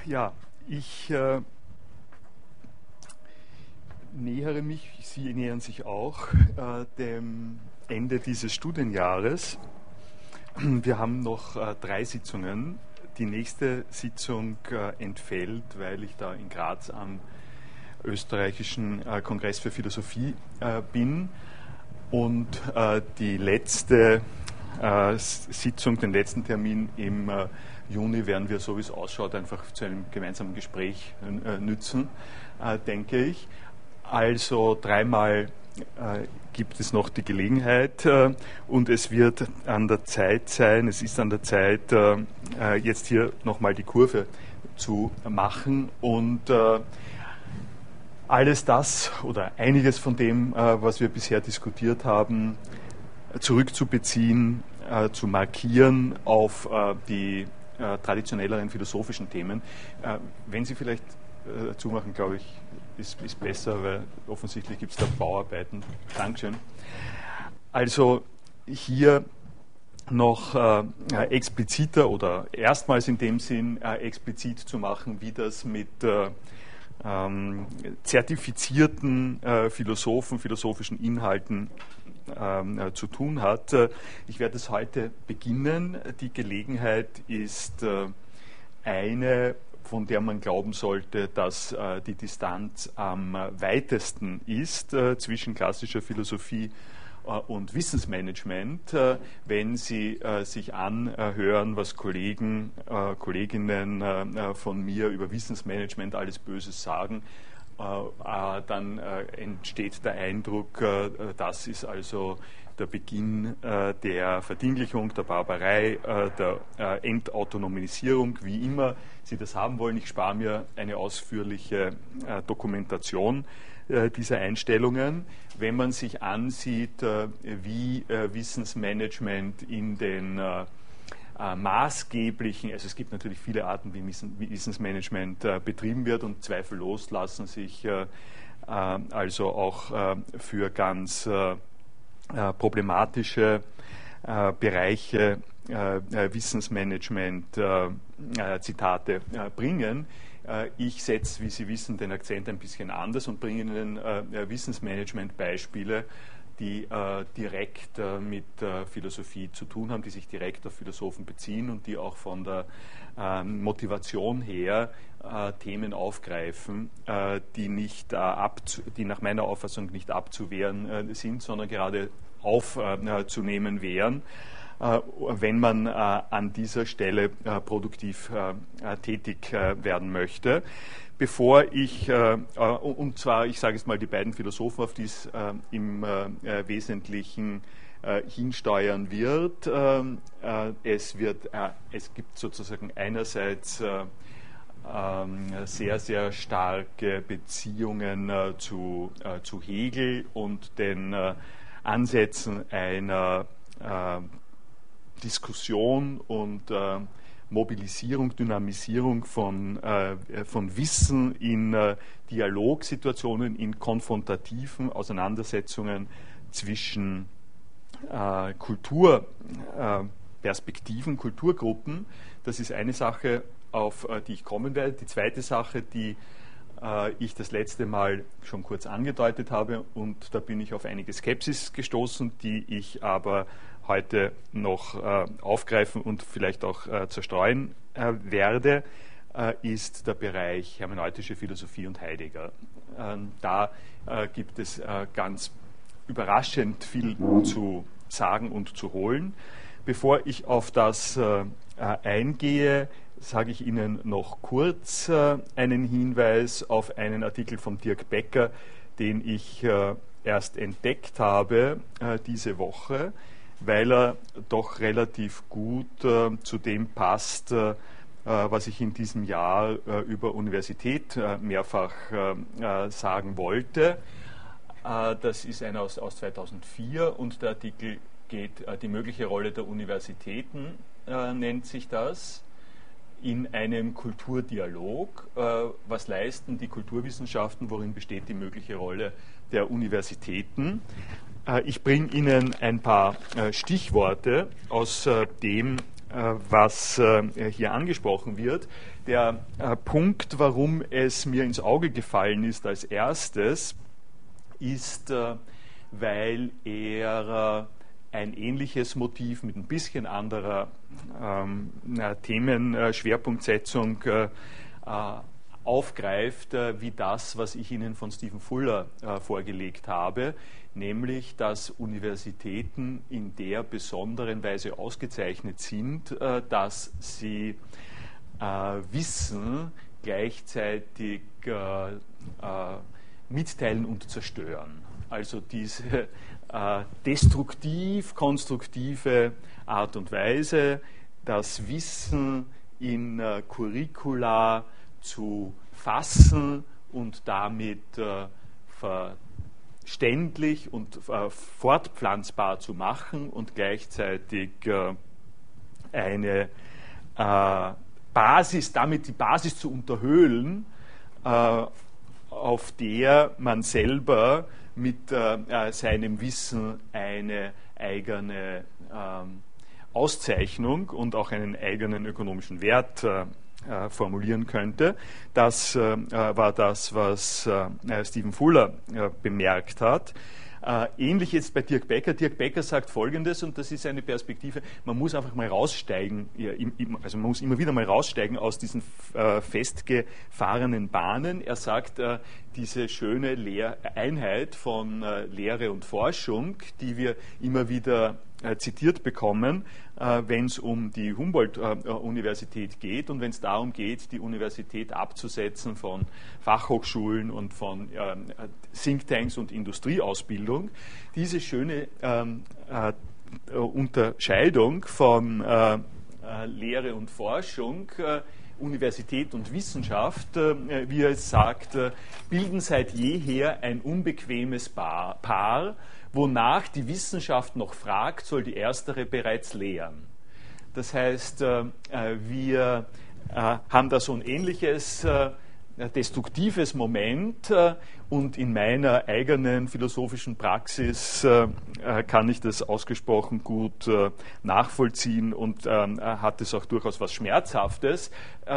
Ja, ich nähere mich, Sie nähern sich auch, dem Ende dieses Studienjahres. Wir haben noch 3 Sitzungen. Die nächste Sitzung entfällt, weil ich da in Graz am österreichischen Kongress für Philosophie bin. Und die letzte Sitzung, den letzten Termin im Juni werden wir, so wie es ausschaut, einfach zu einem gemeinsamen Gespräch nützen, denke ich. Also 3-mal gibt es noch die Gelegenheit und es wird an der Zeit sein, es ist an der Zeit, jetzt hier nochmal die Kurve zu machen und alles das oder einiges von dem, was wir bisher diskutiert haben, zurückzubeziehen, zu markieren auf die traditionelleren philosophischen Themen. Wenn Sie vielleicht zumachen, glaube ich, ist besser, weil offensichtlich gibt es da Bauarbeiten. Dankeschön. Also hier noch expliziter oder erstmals in dem Sinn explizit zu machen, wie das mit zertifizierten Philosophen, philosophischen Inhalten zu tun hat. Ich werde es heute beginnen. Die Gelegenheit ist eine, von der man glauben sollte, dass die Distanz am weitesten ist zwischen klassischer Philosophie und Wissensmanagement, wenn Sie sich anhören, was Kollegen, Kolleginnen von mir über Wissensmanagement alles Böses sagen, dann entsteht der Eindruck, das ist also der Beginn der Verdinglichung, der Barbarei, der Entautonomisierung, wie immer Sie das haben wollen. Ich spare mir eine ausführliche Dokumentation dieser Einstellungen. Wenn man sich ansieht, wie Wissensmanagement in den maßgeblichen, also es gibt natürlich viele Arten, wie Wissensmanagement betrieben wird und zweifellos lassen sich also auch für ganz problematische Bereiche Wissensmanagement Zitate bringen. Ich setze, wie Sie wissen, den Akzent ein bisschen anders und bringe Ihnen Wissensmanagement-Beispiele, die direkt mit Philosophie zu tun haben, die sich direkt auf Philosophen beziehen und die auch von der Motivation her Themen aufgreifen, die nach meiner Auffassung nicht abzuwehren sind, sondern gerade aufzunehmen wären, wenn man an dieser Stelle produktiv tätig werden möchte. Bevor ich, und zwar, ich sage jetzt mal, die beiden Philosophen, auf die es im Wesentlichen hinsteuern wird. Es gibt sozusagen einerseits sehr, sehr starke Beziehungen zu Hegel und den Ansätzen einer Diskussion und Mobilisierung, Dynamisierung von Wissen in Dialogsituationen, in konfrontativen Auseinandersetzungen zwischen Kulturperspektiven, Kulturgruppen. Das ist eine Sache, auf die ich kommen werde. Die zweite Sache, die ich das letzte Mal schon kurz angedeutet habe, und da bin ich auf einige Skepsis gestoßen, die ich aber heute noch aufgreifen und vielleicht auch zerstreuen werde, ist der Bereich hermeneutische Philosophie und Heidegger. Da gibt es ganz überraschend viel zu sagen und zu holen. Bevor ich auf das eingehe, sage ich Ihnen noch kurz einen Hinweis auf einen Artikel von Dirk Becker, den ich erst entdeckt habe diese Woche, weil er doch relativ gut zu dem passt, was ich in diesem Jahr über Universität mehrfach sagen wollte. Das ist einer aus 2004 und der Artikel geht, die mögliche Rolle der Universitäten, nennt sich das, in einem Kulturdialog. Was leisten die Kulturwissenschaften, worin besteht die mögliche Rolle der Universitäten? Ich bringe Ihnen ein paar Stichworte aus dem was hier angesprochen wird. Der Punkt, warum es mir ins Auge gefallen ist als erstes, ist, weil er ein ähnliches Motiv mit ein bisschen anderer Themenschwerpunktsetzung aufgreift, wie das, was ich Ihnen von Stephen Fuller vorgelegt habe, nämlich, dass Universitäten in der besonderen Weise ausgezeichnet sind, dass sie Wissen gleichzeitig mitteilen und zerstören. Also diese destruktiv-konstruktive Art und Weise, das Wissen in Curricula zu fassen und damit verständlich und fortpflanzbar zu machen und gleichzeitig eine Basis, damit die Basis zu unterhöhlen, auf der man selber mit seinem Wissen eine eigene Auszeichnung und auch einen eigenen ökonomischen Wert formulieren könnte. Das war das, was Stephen Fuller bemerkt hat. Ähnlich jetzt bei Dirk Becker. Dirk Becker sagt Folgendes, und das ist eine Perspektive, man muss einfach mal raussteigen, also man muss immer wieder mal raussteigen aus diesen festgefahrenen Bahnen. Er sagt, diese schöne Einheit von Lehre und Forschung, die wir immer wieder zitiert bekommen, wenn es um die Humboldt-Universität geht und wenn es darum geht, die Universität abzusetzen von Fachhochschulen und von Thinktanks und Industrieausbildung. Diese schöne Unterscheidung von Lehre und Forschung, Universität und Wissenschaft, wie er es sagt, bilden seit jeher ein unbequemes Paar. Wonach die Wissenschaft noch fragt, soll die erstere bereits lehren. Das heißt, wir haben da so ein ähnliches destruktives Moment und in meiner eigenen philosophischen Praxis kann ich das ausgesprochen gut nachvollziehen und hat es auch durchaus was Schmerzhaftes,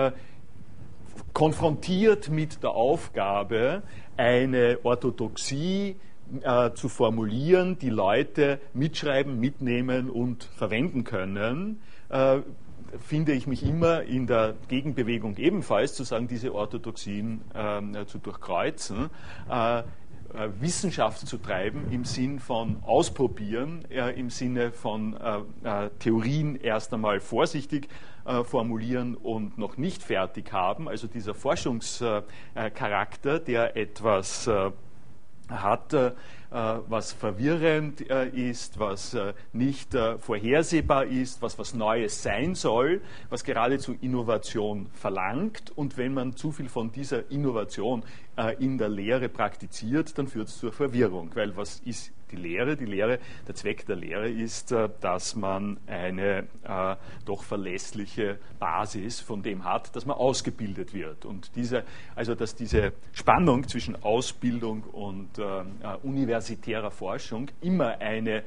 konfrontiert mit der Aufgabe, eine Orthodoxie zu formulieren, die Leute mitschreiben, mitnehmen und verwenden können, finde ich mich immer in der Gegenbewegung ebenfalls, zu sagen, diese Orthodoxien zu durchkreuzen, Wissenschaft zu treiben im Sinn von Ausprobieren, im Sinne von Theorien erst einmal vorsichtig formulieren und noch nicht fertig haben, also dieser Forschungscharakter, der etwas hat, was verwirrend ist, was nicht vorhersehbar ist, was Neues sein soll, was geradezu Innovation verlangt. Und wenn man zu viel von dieser Innovation in der Lehre praktiziert, dann führt es zur Verwirrung. Weil was ist die Lehre? Die Lehre, der Zweck der Lehre ist, dass man eine doch verlässliche Basis von dem hat, dass man ausgebildet wird. Und dass diese Spannung zwischen Ausbildung und universitärer Forschung immer eine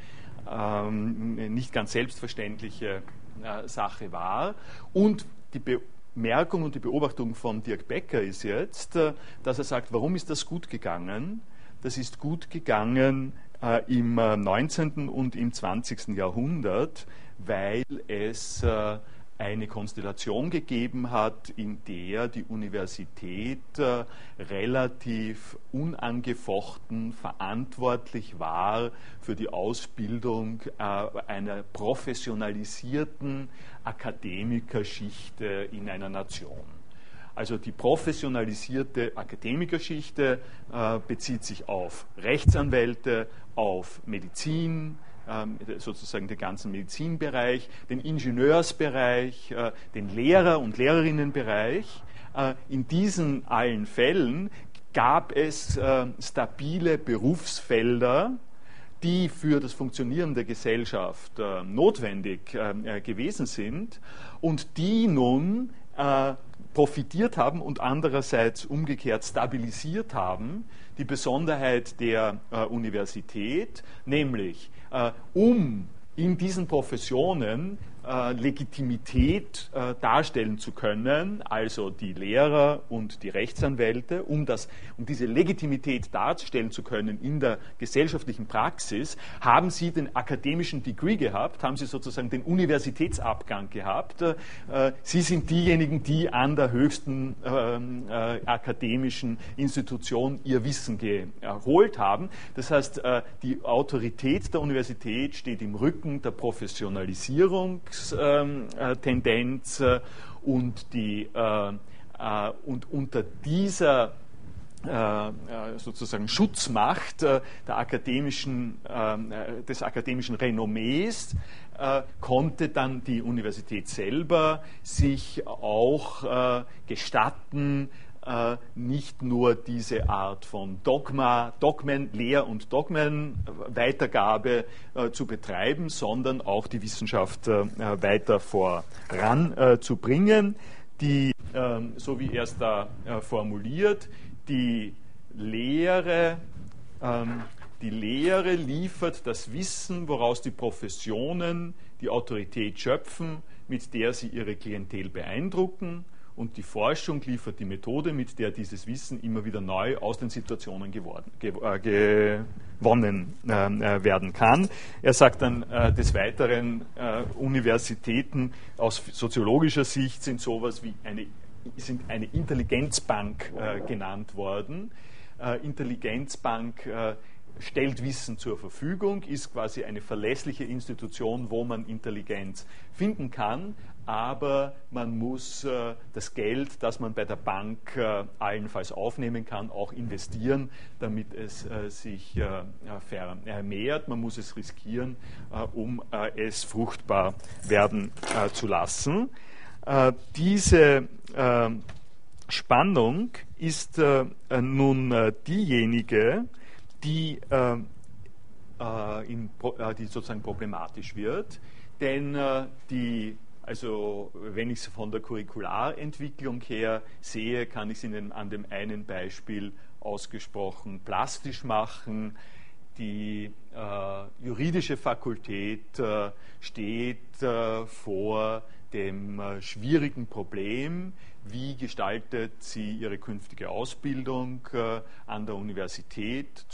nicht ganz selbstverständliche Sache war. Und die Bemerkung und die Beobachtung von Dirk Becker ist jetzt, dass er sagt, warum ist das gut gegangen? Das ist gut gegangen im 19. und im 20. Jahrhundert, weil es eine Konstellation gegeben hat, in der die Universität relativ unangefochten verantwortlich war für die Ausbildung einer professionalisierten Akademikerschichte in einer Nation. Also die professionalisierte Akademikerschichte bezieht sich auf Rechtsanwälte, auf Medizin, sozusagen den ganzen Medizinbereich, den Ingenieursbereich, den Lehrer- und Lehrerinnenbereich. In diesen allen Fällen gab es stabile Berufsfelder, die für das Funktionieren der Gesellschaft notwendig gewesen sind und die nun profitiert haben und andererseits umgekehrt stabilisiert haben, die Besonderheit der Universität, nämlich um in diesen Professionen Legitimität darstellen zu können, also die Lehrer und die Rechtsanwälte, um diese Legitimität darstellen zu können in der gesellschaftlichen Praxis, haben sie den akademischen Degree gehabt, haben sie sozusagen den Universitätsabgang gehabt. Sie sind diejenigen, die an der höchsten akademischen Institution ihr Wissen geholt haben. Das heißt, die Autorität der Universität steht im Rücken der Professionalisierung Tendenz und unter dieser sozusagen Schutzmacht des akademischen Renommees konnte dann die Universität selber sich auch gestatten, nicht nur diese Art von Lehr- und Dogmenweitergabe zu betreiben, sondern auch die Wissenschaft weiter voranzubringen. So wie er es da formuliert, die Lehre liefert das Wissen, woraus die Professionen die Autorität schöpfen, mit der sie ihre Klientel beeindrucken. Und die Forschung liefert die Methode, mit der dieses Wissen immer wieder neu aus den Situationen gewonnen werden kann. Er sagt dann des Weiteren, Universitäten aus soziologischer Sicht sind sowas wie eine Intelligenzbank genannt worden. Intelligenzbank stellt Wissen zur Verfügung, ist quasi eine verlässliche Institution, wo man Intelligenz finden kann, aber man muss das Geld, das man bei der Bank allenfalls aufnehmen kann, auch investieren, damit es sich vermehrt. Man muss es riskieren, um es fruchtbar werden zu lassen. Diese Spannung ist nun diejenige, die sozusagen problematisch wird, denn also wenn ich es von der Curricularentwicklung her sehe, kann ich es Ihnen an dem einen Beispiel ausgesprochen plastisch machen. Die juridische Fakultät steht vor dem schwierigen Problem, wie gestaltet sie ihre künftige Ausbildung an der Universität,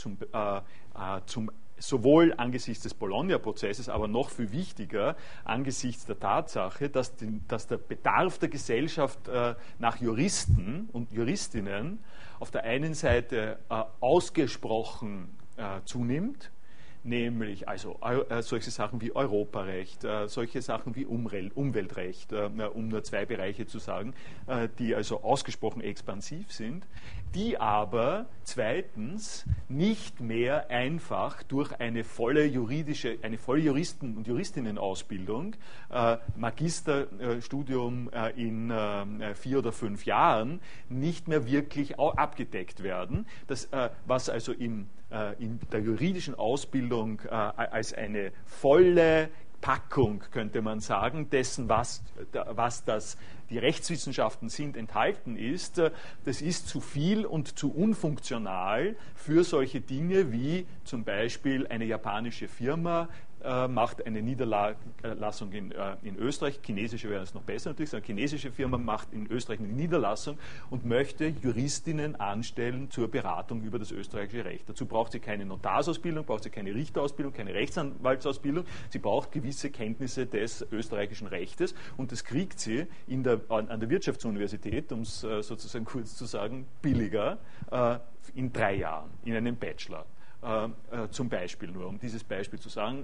sowohl angesichts des Bologna-Prozesses, aber noch viel wichtiger angesichts der Tatsache, dass der Bedarf der Gesellschaft nach Juristen und Juristinnen auf der einen Seite ausgesprochen zunimmt, nämlich also solche Sachen wie Europarecht, solche Sachen wie Umweltrecht, um nur zwei Bereiche zu sagen, die also ausgesprochen expansiv sind, die aber zweitens nicht mehr einfach durch eine volle Juristen- und Juristinnenausbildung, Magisterstudium in 4 oder 5 Jahren, nicht mehr wirklich abgedeckt werden. Was also in der juridischen Ausbildung als eine volle Packung, könnte man sagen, dessen, was die Rechtswissenschaften sind, enthalten ist, das ist zu viel und zu unfunktional für solche Dinge wie zum Beispiel eine japanische Firma macht eine Niederlassung in Österreich, chinesische wäre es noch besser natürlich, eine chinesische Firma macht in Österreich eine Niederlassung und möchte Juristinnen anstellen zur Beratung über das österreichische Recht. Dazu braucht sie keine Notarsausbildung, braucht sie keine Richterausbildung, keine Rechtsanwaltsausbildung, sie braucht gewisse Kenntnisse des österreichischen Rechtes und das kriegt sie an der Wirtschaftsuniversität, um es sozusagen kurz zu sagen, billiger in 3 Jahren, in einem Bachelor. Zum Beispiel nur, um dieses Beispiel zu sagen.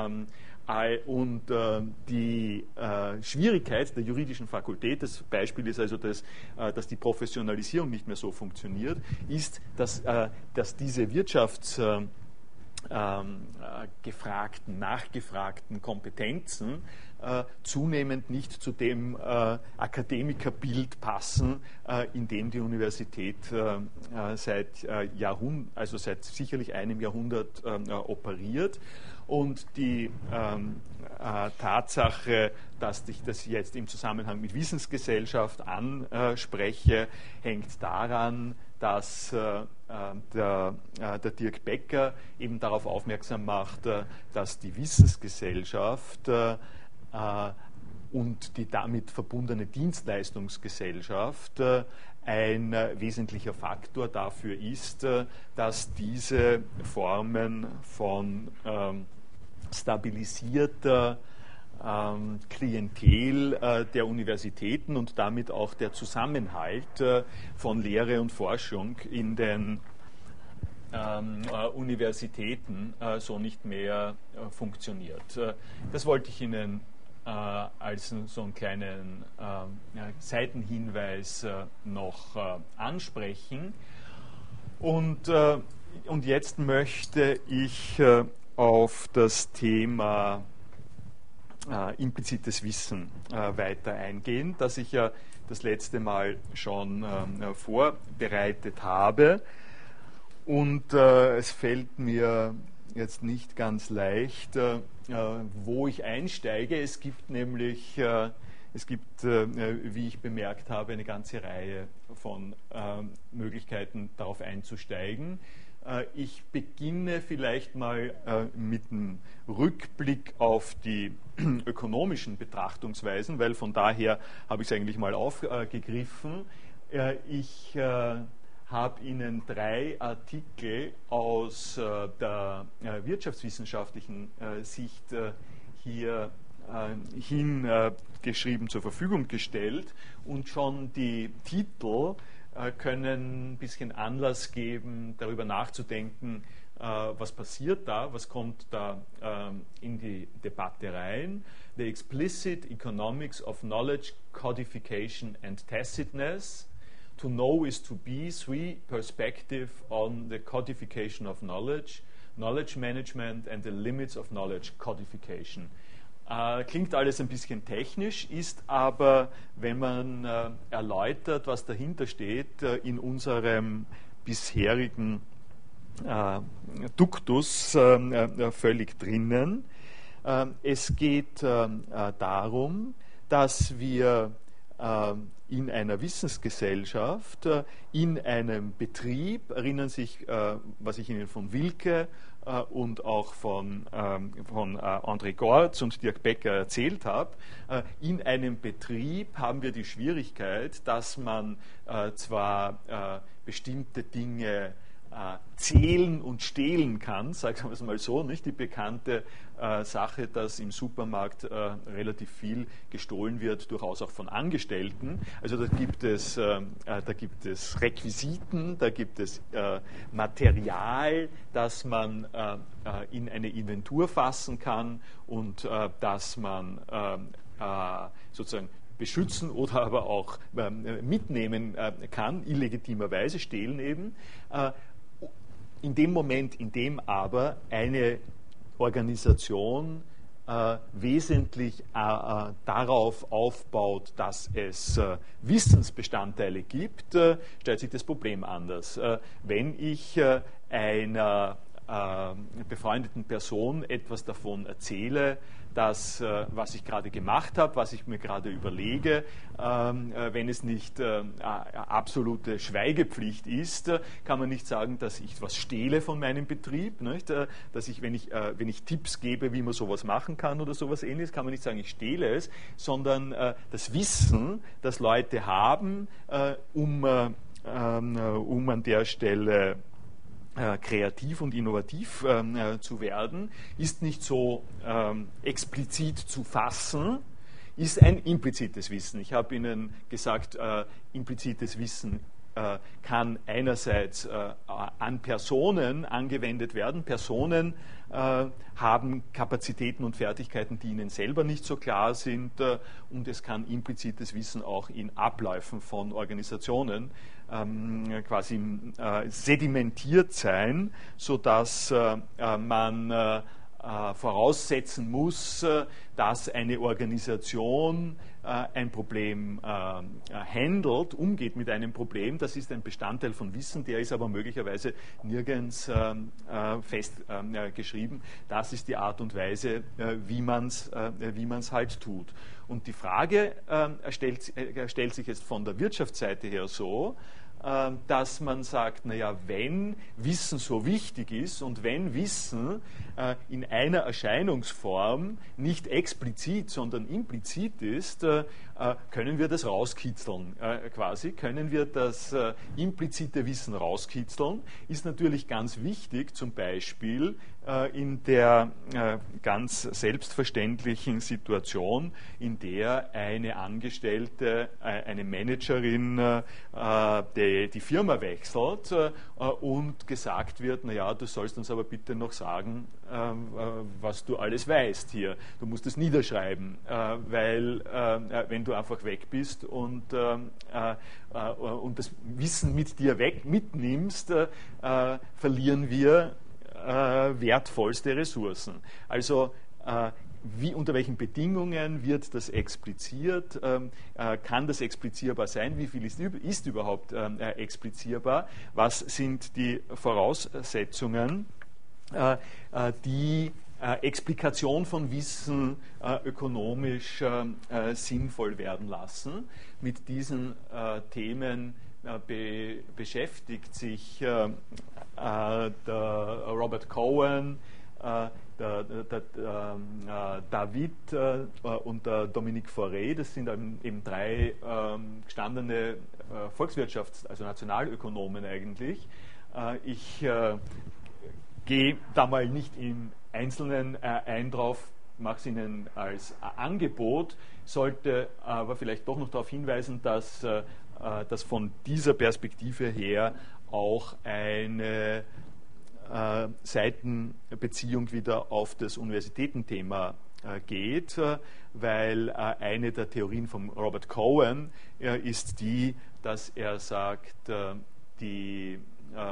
Die Schwierigkeit der juridischen Fakultät, das Beispiel ist also, dass die Professionalisierung nicht mehr so funktioniert, ist, dass diese nachgefragten Kompetenzen zunehmend nicht zu dem Akademikerbild passen, in dem die Universität seit sicherlich einem Jahrhundert operiert. Und die Tatsache, dass ich das jetzt im Zusammenhang mit Wissensgesellschaft anspreche, hängt daran, dass der Dirk Becker eben darauf aufmerksam macht, dass die Wissensgesellschaft und die damit verbundene Dienstleistungsgesellschaft ein wesentlicher Faktor dafür ist, dass diese Formen von stabilisierter Klientel der Universitäten und damit auch der Zusammenhalt von Lehre und Forschung in den Universitäten so nicht mehr funktioniert. Das wollte ich Ihnen als so einen kleinen Seitenhinweis noch ansprechen. Und jetzt möchte ich auf das Thema implizites Wissen weiter eingehen, das ich ja das letzte Mal schon vorbereitet habe. Und es fällt mir jetzt nicht ganz leicht, wo ich einsteige. Es gibt nämlich, wie ich bemerkt habe, eine ganze Reihe von Möglichkeiten, darauf einzusteigen. Ich beginne vielleicht mal mit einem Rückblick auf die ökonomischen Betrachtungsweisen, weil von daher habe ich es eigentlich mal aufgegriffen. Ich habe Ihnen 3 Artikel aus der wirtschaftswissenschaftlichen Sicht hier hingeschrieben zur Verfügung gestellt und schon die Titel können ein bisschen Anlass geben, darüber nachzudenken, was passiert da, was kommt da in die Debatte rein. The Explicit Economics of Knowledge, Codification and Tacitness. To know is to be, 3 perspective on the codification of knowledge, knowledge management and the limits of knowledge codification. Klingt alles ein bisschen technisch, ist aber, wenn man erläutert, was dahinter steht, in unserem bisherigen Duktus völlig drinnen. Es geht darum, dass wir in einer Wissensgesellschaft, in einem Betrieb, erinnern sich, was ich Ihnen von Wilke und auch von André Gortz und Dirk Becker erzählt habe, in einem Betrieb haben wir die Schwierigkeit, dass man zwar bestimmte Dinge zählen und stehlen kann, sagen wir es mal so, nicht die bekannte Sache, dass im Supermarkt relativ viel gestohlen wird, durchaus auch von Angestellten. Also da gibt es Requisiten, da gibt es Material, das man in eine Inventur fassen kann und das man sozusagen beschützen oder aber auch mitnehmen kann, illegitimerweise, stehlen eben. In dem Moment, in dem aber eine Organisation wesentlich darauf aufbaut, dass es Wissensbestandteile gibt, stellt sich das Problem anders. Wenn ich einer befreundeten Person etwas davon erzähle, dass, was ich gerade gemacht habe, was ich mir gerade überlege, wenn es nicht absolute Schweigepflicht ist, kann man nicht sagen, dass ich was stehle von meinem Betrieb, nicht? Dass ich, wenn ich Tipps gebe, wie man sowas machen kann oder sowas Ähnliches, kann man nicht sagen, ich stehle es, sondern das Wissen, das Leute haben, um an der Stelle kreativ und innovativ zu werden, ist nicht so explizit zu fassen, ist ein implizites Wissen. Ich habe Ihnen gesagt, implizites Wissen kann einerseits an Personen angewendet werden. Personen haben Kapazitäten und Fertigkeiten, die ihnen selber nicht so klar sind, und es kann implizites Wissen auch in Abläufen von Organisationen quasi sedimentiert sein, sodass man voraussetzen muss, dass eine Organisation ein Problem handelt, umgeht mit einem Problem. Das ist ein Bestandteil von Wissen, der ist aber möglicherweise nirgends festgeschrieben. Das ist die Art und Weise, wie man es halt tut. Und die Frage stellt sich jetzt von der Wirtschaftsseite her so, dass man sagt, naja, wenn Wissen so wichtig ist und wenn Wissen in einer Erscheinungsform nicht explizit, sondern implizit ist, können wir das rauskitzeln. Quasi können wir das implizite Wissen rauskitzeln. Ist natürlich ganz wichtig, zum Beispiel in der ganz selbstverständlichen Situation, in der eine Angestellte, eine Managerin die Firma wechselt und gesagt wird, naja, du sollst uns aber bitte noch sagen, was du alles weißt hier. Du musst es niederschreiben, weil wenn du einfach weg bist und das Wissen mit dir mitnimmst, verlieren wir wertvollste Ressourcen. Also unter welchen Bedingungen wird das expliziert? Kann das explizierbar sein? Wie viel ist überhaupt explizierbar? Was sind die Voraussetzungen, die Explikation von Wissen ökonomisch sinnvoll werden lassen? Mit diesen Themen beschäftigt sich der Robert Cohen, der David und der Dominique Fauré. Das sind eben drei gestandene also Nationalökonomen eigentlich. Ich gehe da mal nicht im Einzelnen ein drauf, mache es Ihnen als Angebot, sollte aber vielleicht doch noch darauf hinweisen, dass von dieser Perspektive her auch eine Seitenbeziehung wieder auf das Universitätenthema geht, weil eine der Theorien von Robert Cohen ist die, dass er sagt, die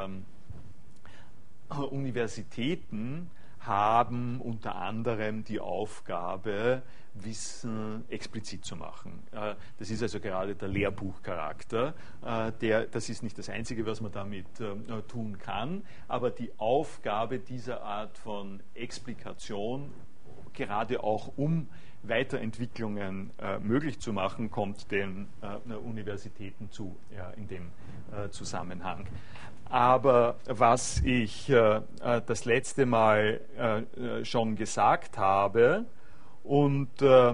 Universitäten haben unter anderem die Aufgabe, Wissen explizit zu machen. Das ist also gerade der Lehrbuchcharakter. Das ist nicht das Einzige, was man damit tun kann, aber die Aufgabe dieser Art von Explikation, gerade auch um Weiterentwicklungen möglich zu machen, kommt den Universitäten zu, in dem Zusammenhang. Aber was ich das letzte Mal schon gesagt habe, und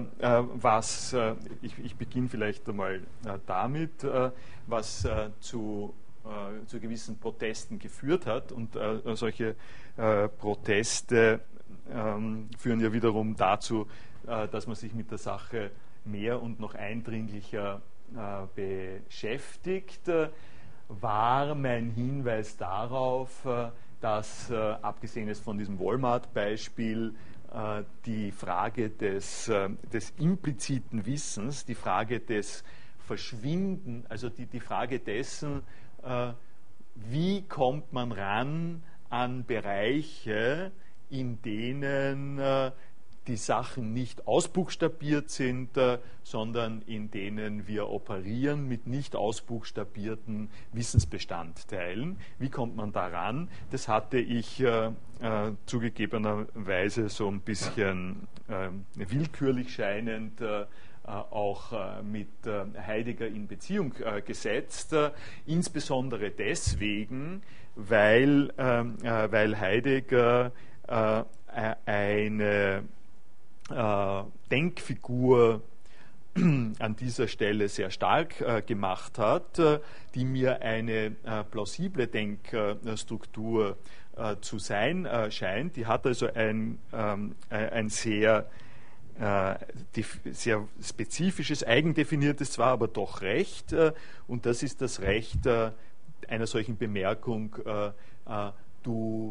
ich beginne vielleicht einmal damit, was zu gewissen Protesten geführt hat. Und solche Proteste führen ja wiederum dazu, dass man sich mit der Sache mehr und noch eindringlicher beschäftigt, war mein Hinweis darauf, dass abgesehen von diesem Walmart-Beispiel die Frage des impliziten Wissens, die Frage des Verschwinden, also die Frage dessen, wie kommt man ran an Bereiche, in denen die Sachen nicht ausbuchstabiert sind, sondern in denen wir operieren mit nicht ausbuchstabierten Wissensbestandteilen. Wie kommt man daran? Das hatte ich zugegebenerweise so ein bisschen willkürlich scheinend auch mit Heidegger in Beziehung gesetzt, insbesondere deswegen, weil Heidegger eine Denkfigur an dieser Stelle sehr stark gemacht hat, die mir eine plausible Denkstruktur zu sein scheint. Die hat also ein sehr spezifisches, eigendefiniertes zwar, aber doch Recht, und das ist das Recht einer solchen Bemerkung, du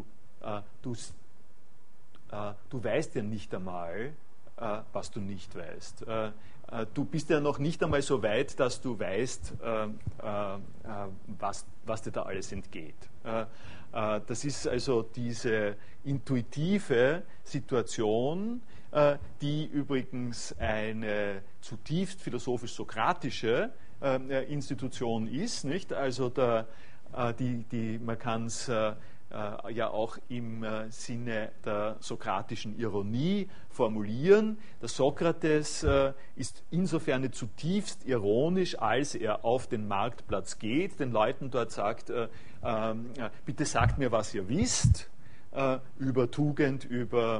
weißt ja nicht einmal, was du nicht weißt. Du bist ja noch nicht einmal so weit, dass du weißt, was dir da alles entgeht. Das ist also diese intuitive Situation, die übrigens eine zutiefst philosophisch-sokratische Institution ist, nicht? Also man kann es ja auch im Sinne der sokratischen Ironie formulieren. Der Sokrates ist insofern zutiefst ironisch, als er auf den Marktplatz geht, den Leuten dort sagt, bitte sagt mir, was ihr wisst. über Tugend, über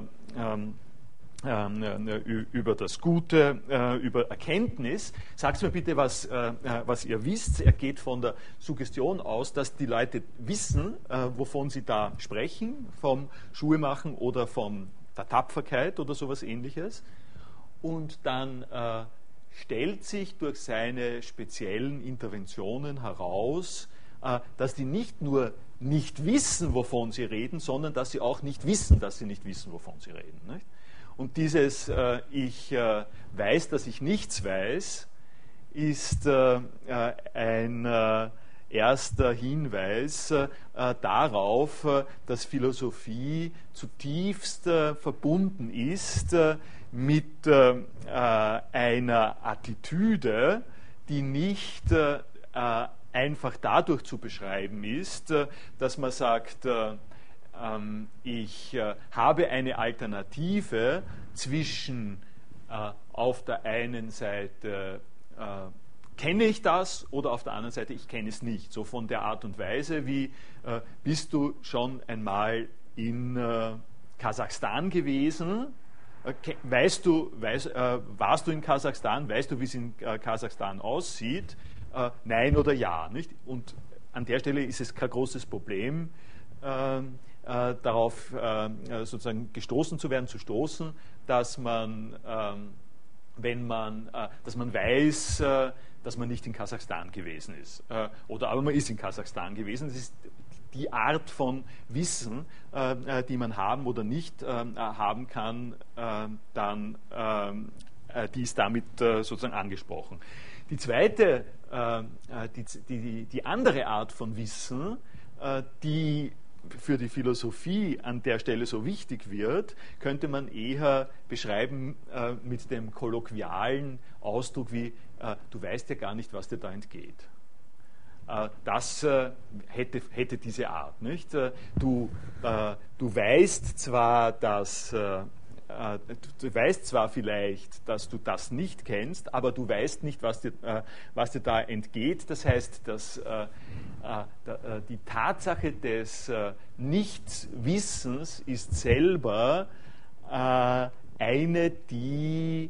das Gute, über Erkenntnis. Sagt mir bitte, was ihr wisst. Er geht von der Suggestion aus, dass die Leute wissen, wovon sie da sprechen, vom Schuhemachen oder von der Tapferkeit oder sowas Ähnliches. Und dann stellt sich durch seine speziellen Interventionen heraus, dass die nicht nur nicht wissen, wovon sie reden, sondern dass sie auch nicht wissen, dass sie nicht wissen, wovon sie reden. Nicht? Und dieses ich weiß, dass ich nichts weiß, ist ein erster Hinweis darauf, dass Philosophie zutiefst verbunden ist mit einer Attitüde, die nicht einfach dadurch zu beschreiben ist, dass man sagt, ich habe eine Alternative zwischen auf der einen Seite kenne ich das oder auf der anderen Seite ich kenne es nicht. So von der Art und Weise, wie bist du schon einmal in Kasachstan gewesen? Warst du in Kasachstan? Weißt du, wie es in Kasachstan aussieht? Nein oder ja. Nicht? Und an der Stelle ist es kein großes Problem, darauf sozusagen gestoßen zu werden, dass man, dass man weiß, dass man nicht in Kasachstan gewesen ist. Aber man ist in Kasachstan gewesen. Das ist die Art von Wissen, die man haben oder nicht haben kann, die ist damit sozusagen angesprochen. Die zweite, die andere Art von Wissen, die für die Philosophie an der Stelle so wichtig wird, könnte man eher beschreiben mit dem kolloquialen Ausdruck wie, du weißt ja gar nicht, was dir da entgeht. Das hätte diese Art. Nicht? Du weißt zwar, du weißt zwar vielleicht, dass du das nicht kennst, aber du weißt nicht, was dir da entgeht. Das heißt, dass die Tatsache des Nichtwissens ist selber eine, die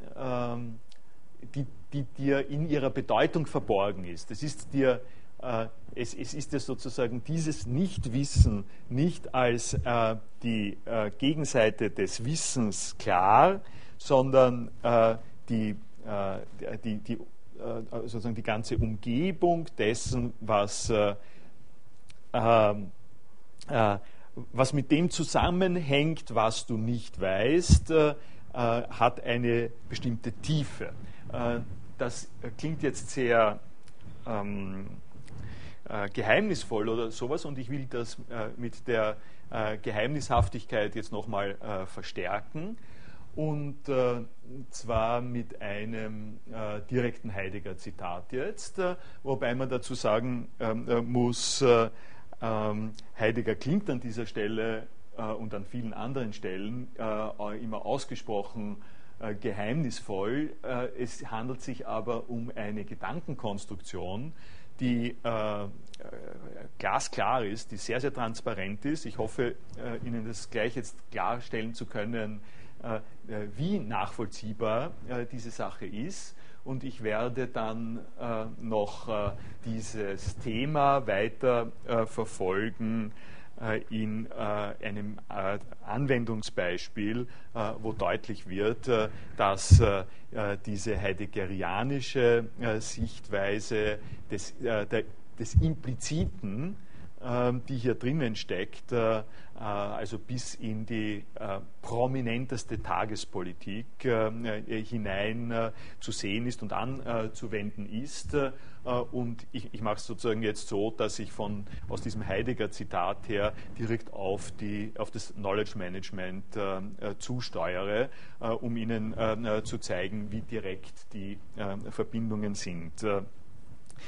dir in ihrer Bedeutung verborgen ist. Es ist dir es ist dir sozusagen dieses Nichtwissen nicht als die Gegenseite des Wissens klar, sondern sozusagen die ganze Umgebung dessen, was mit dem zusammenhängt, was du nicht weißt, hat eine bestimmte Tiefe. Das klingt jetzt sehr geheimnisvoll oder sowas und ich will das mit der Geheimnishaftigkeit jetzt nochmal verstärken und zwar mit einem direkten Heidegger-Zitat jetzt, wobei man dazu sagen muss, Heidegger klingt an dieser Stelle und an vielen anderen Stellen immer ausgesprochen geheimnisvoll. Es handelt sich aber um eine Gedankenkonstruktion, die glasklar ist, die sehr, sehr transparent ist. Ich hoffe, Ihnen das gleich jetzt klarstellen zu können, wie nachvollziehbar diese Sache ist. Und ich werde dann noch dieses Thema weiter verfolgen in einem Anwendungsbeispiel, wo deutlich wird, dass diese heideggerianische Sichtweise des Impliziten, die hier drinnen steckt, also bis in die prominenteste Tagespolitik hinein zu sehen ist und anzuwenden ist. Und ich mache es sozusagen jetzt so, dass ich aus diesem Heidegger-Zitat her direkt auf das Knowledge Management zusteuere, um Ihnen zu zeigen, wie direkt die Verbindungen sind.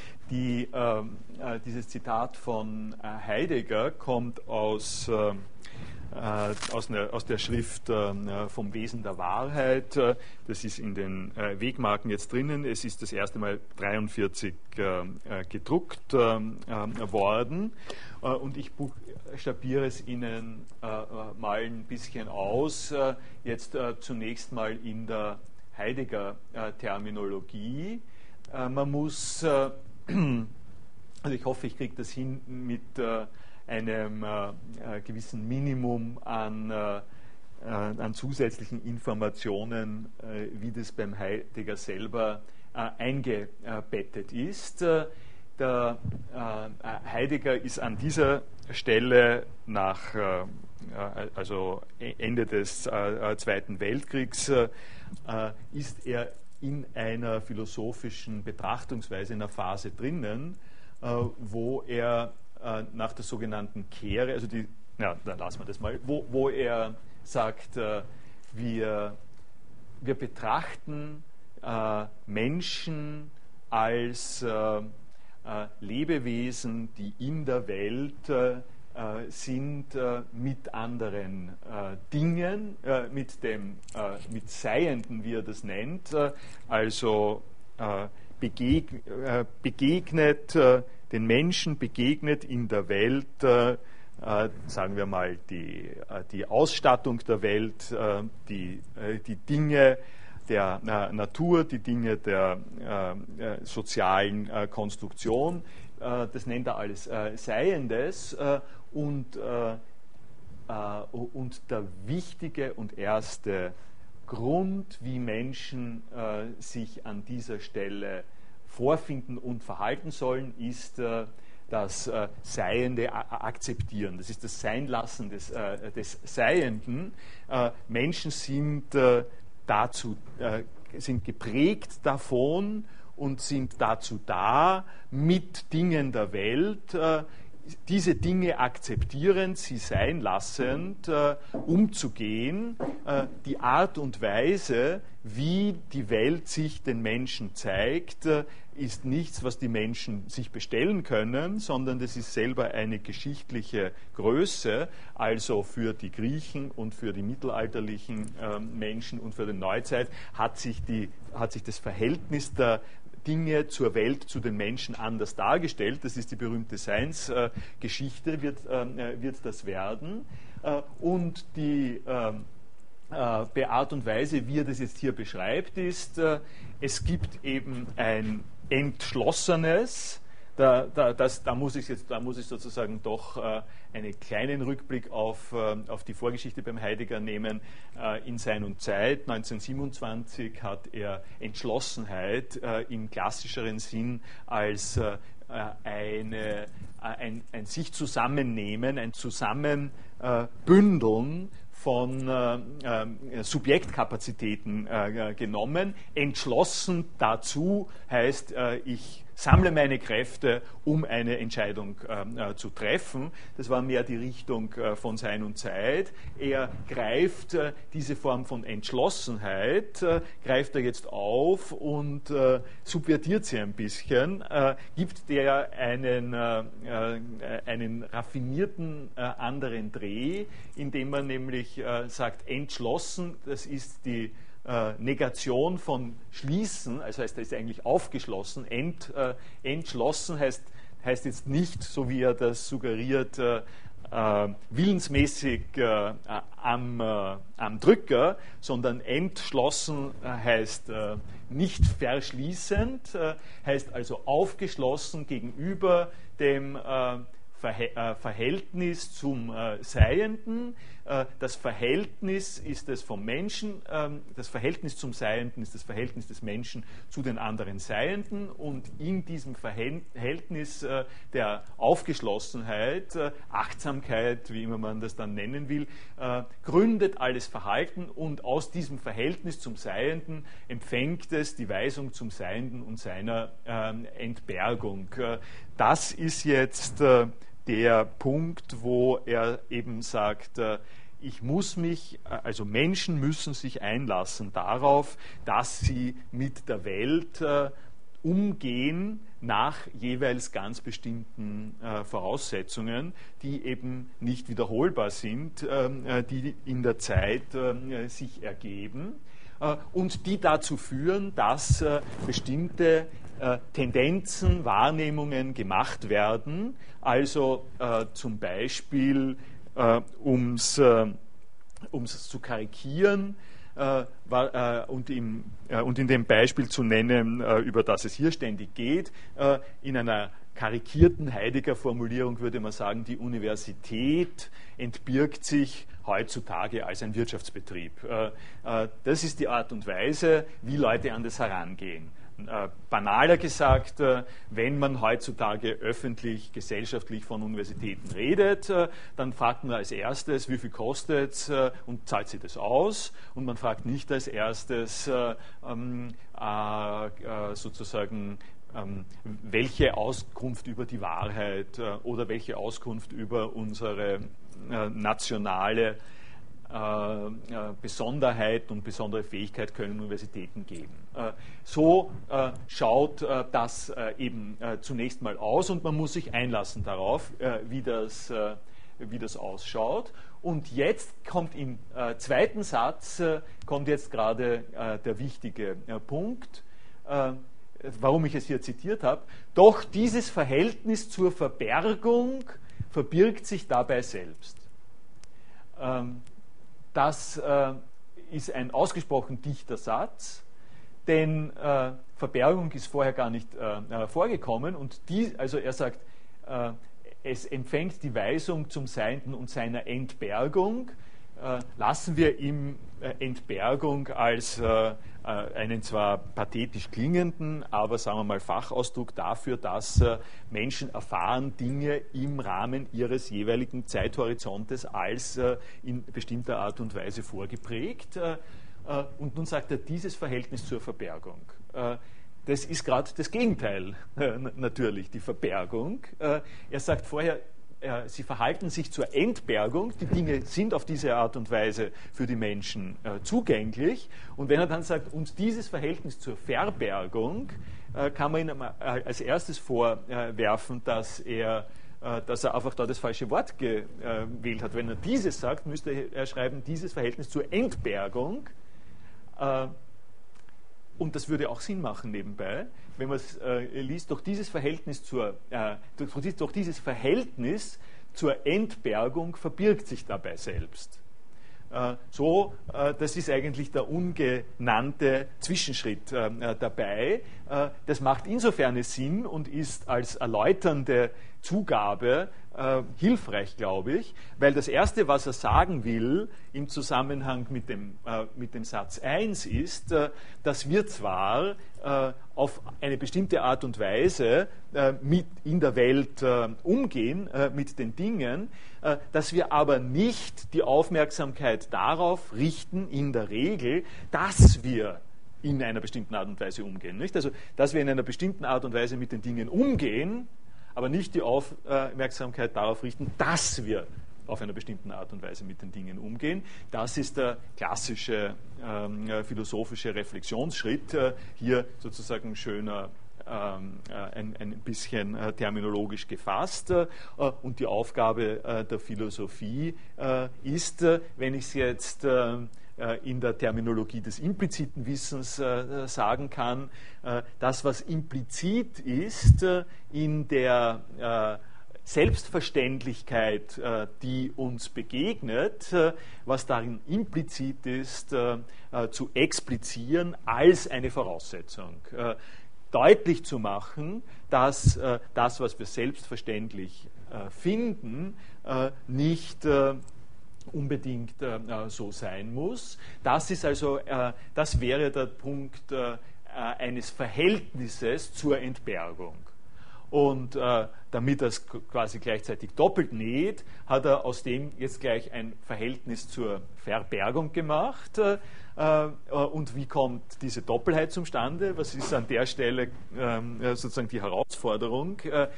Dieses Zitat von Heidegger kommt aus aus der Schrift vom Wesen der Wahrheit. Das ist in den Wegmarken jetzt drinnen. Es ist das erste Mal 1943 gedruckt worden. Und ich buchstabiere es Ihnen mal ein bisschen aus. Jetzt zunächst mal in der Heidegger-Terminologie. Man muss, also ich hoffe, ich kriege das hin mit einem gewissen Minimum an zusätzlichen Informationen, wie das beim Heidegger selber eingebettet ist. Der Heidegger ist an dieser Stelle nach also Ende des Zweiten Weltkriegs ist er in einer philosophischen Betrachtungsweise, in einer Phase drinnen, wo er nach der sogenannten Kehre, also dann lassen wir das mal, wo er sagt, wir betrachten Menschen als Lebewesen, die in der Welt sind mit anderen Dingen, mit Seienden, wie er das nennt, also begegnet den Menschen, begegnet in der Welt, sagen wir mal, die Ausstattung der Welt, die Dinge der Natur, die Dinge der sozialen Konstruktion, das nennt er alles Seiendes, und der wichtige und erste Grund, wie Menschen sich an dieser Stelle vorfinden und verhalten sollen, ist das Seiende akzeptieren. Das ist das Seinlassen des Seienden. Menschen sind sind geprägt davon und sind dazu da, mit Dingen der Welt diese Dinge akzeptierend, sie sein lassend, umzugehen. Die Art und Weise, wie die Welt sich den Menschen zeigt, ist nichts, was die Menschen sich bestellen können, sondern das ist selber eine geschichtliche Größe. Also für die Griechen und für die mittelalterlichen Menschen und für die Neuzeit hat sich das Verhältnis der Dinge zur Welt, zu den Menschen anders dargestellt. Das ist die berühmte Seinsgeschichte, wird das werden. Und die Art und Weise, wie er das jetzt hier beschreibt, ist, es gibt eben ein entschlossenes, da muss ich sozusagen doch einen kleinen Rückblick auf die Vorgeschichte beim Heidegger nehmen. In Sein und Zeit 1927 hat er Entschlossenheit im klassischeren Sinn als ein sich zusammennehmen, ein Zusammenbündeln von Subjektkapazitäten genommen. Entschlossen dazu heißt, ich sammle meine Kräfte, um eine Entscheidung zu treffen. Das war mehr die Richtung von Sein und Zeit. Er greift diese Form von Entschlossenheit, greift er jetzt auf und subvertiert sie ein bisschen, gibt der einen raffinierten anderen Dreh, indem man nämlich sagt, entschlossen, das ist die Negation von schließen, also heißt, er ist eigentlich aufgeschlossen. Entschlossen heißt jetzt nicht, so wie er das suggeriert, willensmäßig am Drücker, sondern entschlossen heißt nicht verschließend, heißt also aufgeschlossen gegenüber dem Verhältnis zum Seienden. Das Verhältnis ist das vom Menschen, das Verhältnis zum Seienden ist das Verhältnis des Menschen zu den anderen Seienden, und in diesem Verhältnis der Aufgeschlossenheit, Achtsamkeit, wie immer man das dann nennen will, gründet alles Verhalten, und aus diesem Verhältnis zum Seienden empfängt es die Weisung zum Seienden und seiner Entbergung. Das ist jetzt der Punkt, wo er eben sagt, also Menschen müssen sich einlassen darauf, dass sie mit der Welt umgehen nach jeweils ganz bestimmten Voraussetzungen, die eben nicht wiederholbar sind, die in der Zeit sich ergeben und die dazu führen, dass bestimmte Tendenzen, Wahrnehmungen gemacht werden, also zum Beispiel, um es zu karikieren, und in dem Beispiel zu nennen, über das es hier ständig geht, in einer karikierten Heidegger-Formulierung würde man sagen, die Universität entbirgt sich heutzutage als ein Wirtschaftsbetrieb. Das ist die Art und Weise, wie Leute an das herangehen. Banaler gesagt, wenn man heutzutage öffentlich, gesellschaftlich von Universitäten redet, dann fragt man als erstes, wie viel kostet es und zahlt sie das aus? Und man fragt nicht als erstes sozusagen, welche Auskunft über die Wahrheit oder welche Auskunft über unsere nationale Besonderheit und besondere Fähigkeit können Universitäten geben. So schaut das eben zunächst mal aus und man muss sich einlassen darauf, wie das ausschaut. Und jetzt kommt im zweiten Satz, kommt jetzt gerade der wichtige Punkt, warum ich es hier zitiert habe. Doch dieses Verhältnis zur Verbergung verbirgt sich dabei selbst. Das ist ein ausgesprochen dichter Satz, denn Verbergung ist vorher gar nicht vorgekommen und also er sagt, es empfängt die Weisung zum Seienden und seiner Entbergung. Lassen wir ihm Entbergung als einen zwar pathetisch klingenden, aber sagen wir mal Fachausdruck dafür, dass Menschen erfahren Dinge im Rahmen ihres jeweiligen Zeithorizontes als in bestimmter Art und Weise vorgeprägt. Und nun sagt er, dieses Verhältnis zur Verbergung. Das ist gerade das Gegenteil, natürlich, die Verbergung. Er sagt vorher, sie verhalten sich zur Entbergung, die Dinge sind auf diese Art und Weise für die Menschen zugänglich. Und wenn er dann sagt, und dieses Verhältnis zur Verbergung, kann man ihm als erstes vorwerfen, dass er einfach da das falsche Wort gewählt hat. Wenn er dieses sagt, müsste er schreiben, dieses Verhältnis zur Entbergung. Und das würde auch Sinn machen nebenbei, wenn man es liest, durch dieses Verhältnis zur Entbergung verbirgt sich dabei selbst. Das ist eigentlich der ungenannte Zwischenschritt dabei. Das macht insofern Sinn und ist als erläuternde Zugabe hilfreich, glaube ich, weil das Erste, was er sagen will im Zusammenhang mit dem Satz 1 ist, dass wir zwar auf eine bestimmte Art und Weise in der Welt umgehen mit den Dingen, dass wir aber nicht die Aufmerksamkeit darauf richten, in der Regel, dass wir in einer bestimmten Art und Weise umgehen. Nicht? Also, dass wir in einer bestimmten Art und Weise mit den Dingen umgehen, aber nicht die Aufmerksamkeit darauf richten, dass wir auf einer bestimmten Art und Weise mit den Dingen umgehen. Das ist der klassische philosophische Reflexionsschritt, hier sozusagen schöner ein bisschen terminologisch gefasst. Und die Aufgabe der Philosophie ist, wenn ich es jetzt in der Terminologie des impliziten Wissens sagen kann, das, was implizit ist in der Selbstverständlichkeit, die uns begegnet, was darin implizit ist, zu explizieren als eine Voraussetzung. Deutlich zu machen, dass das, was wir selbstverständlich finden, nicht unbedingt so sein muss. Das ist also, das wäre der Punkt eines Verhältnisses zur Entbergung. Und damit er es quasi gleichzeitig doppelt näht, hat er aus dem jetzt gleich ein Verhältnis zur Verbergung gemacht. Und wie kommt diese Doppelheit zustande? Was ist an der Stelle sozusagen die Herausforderung?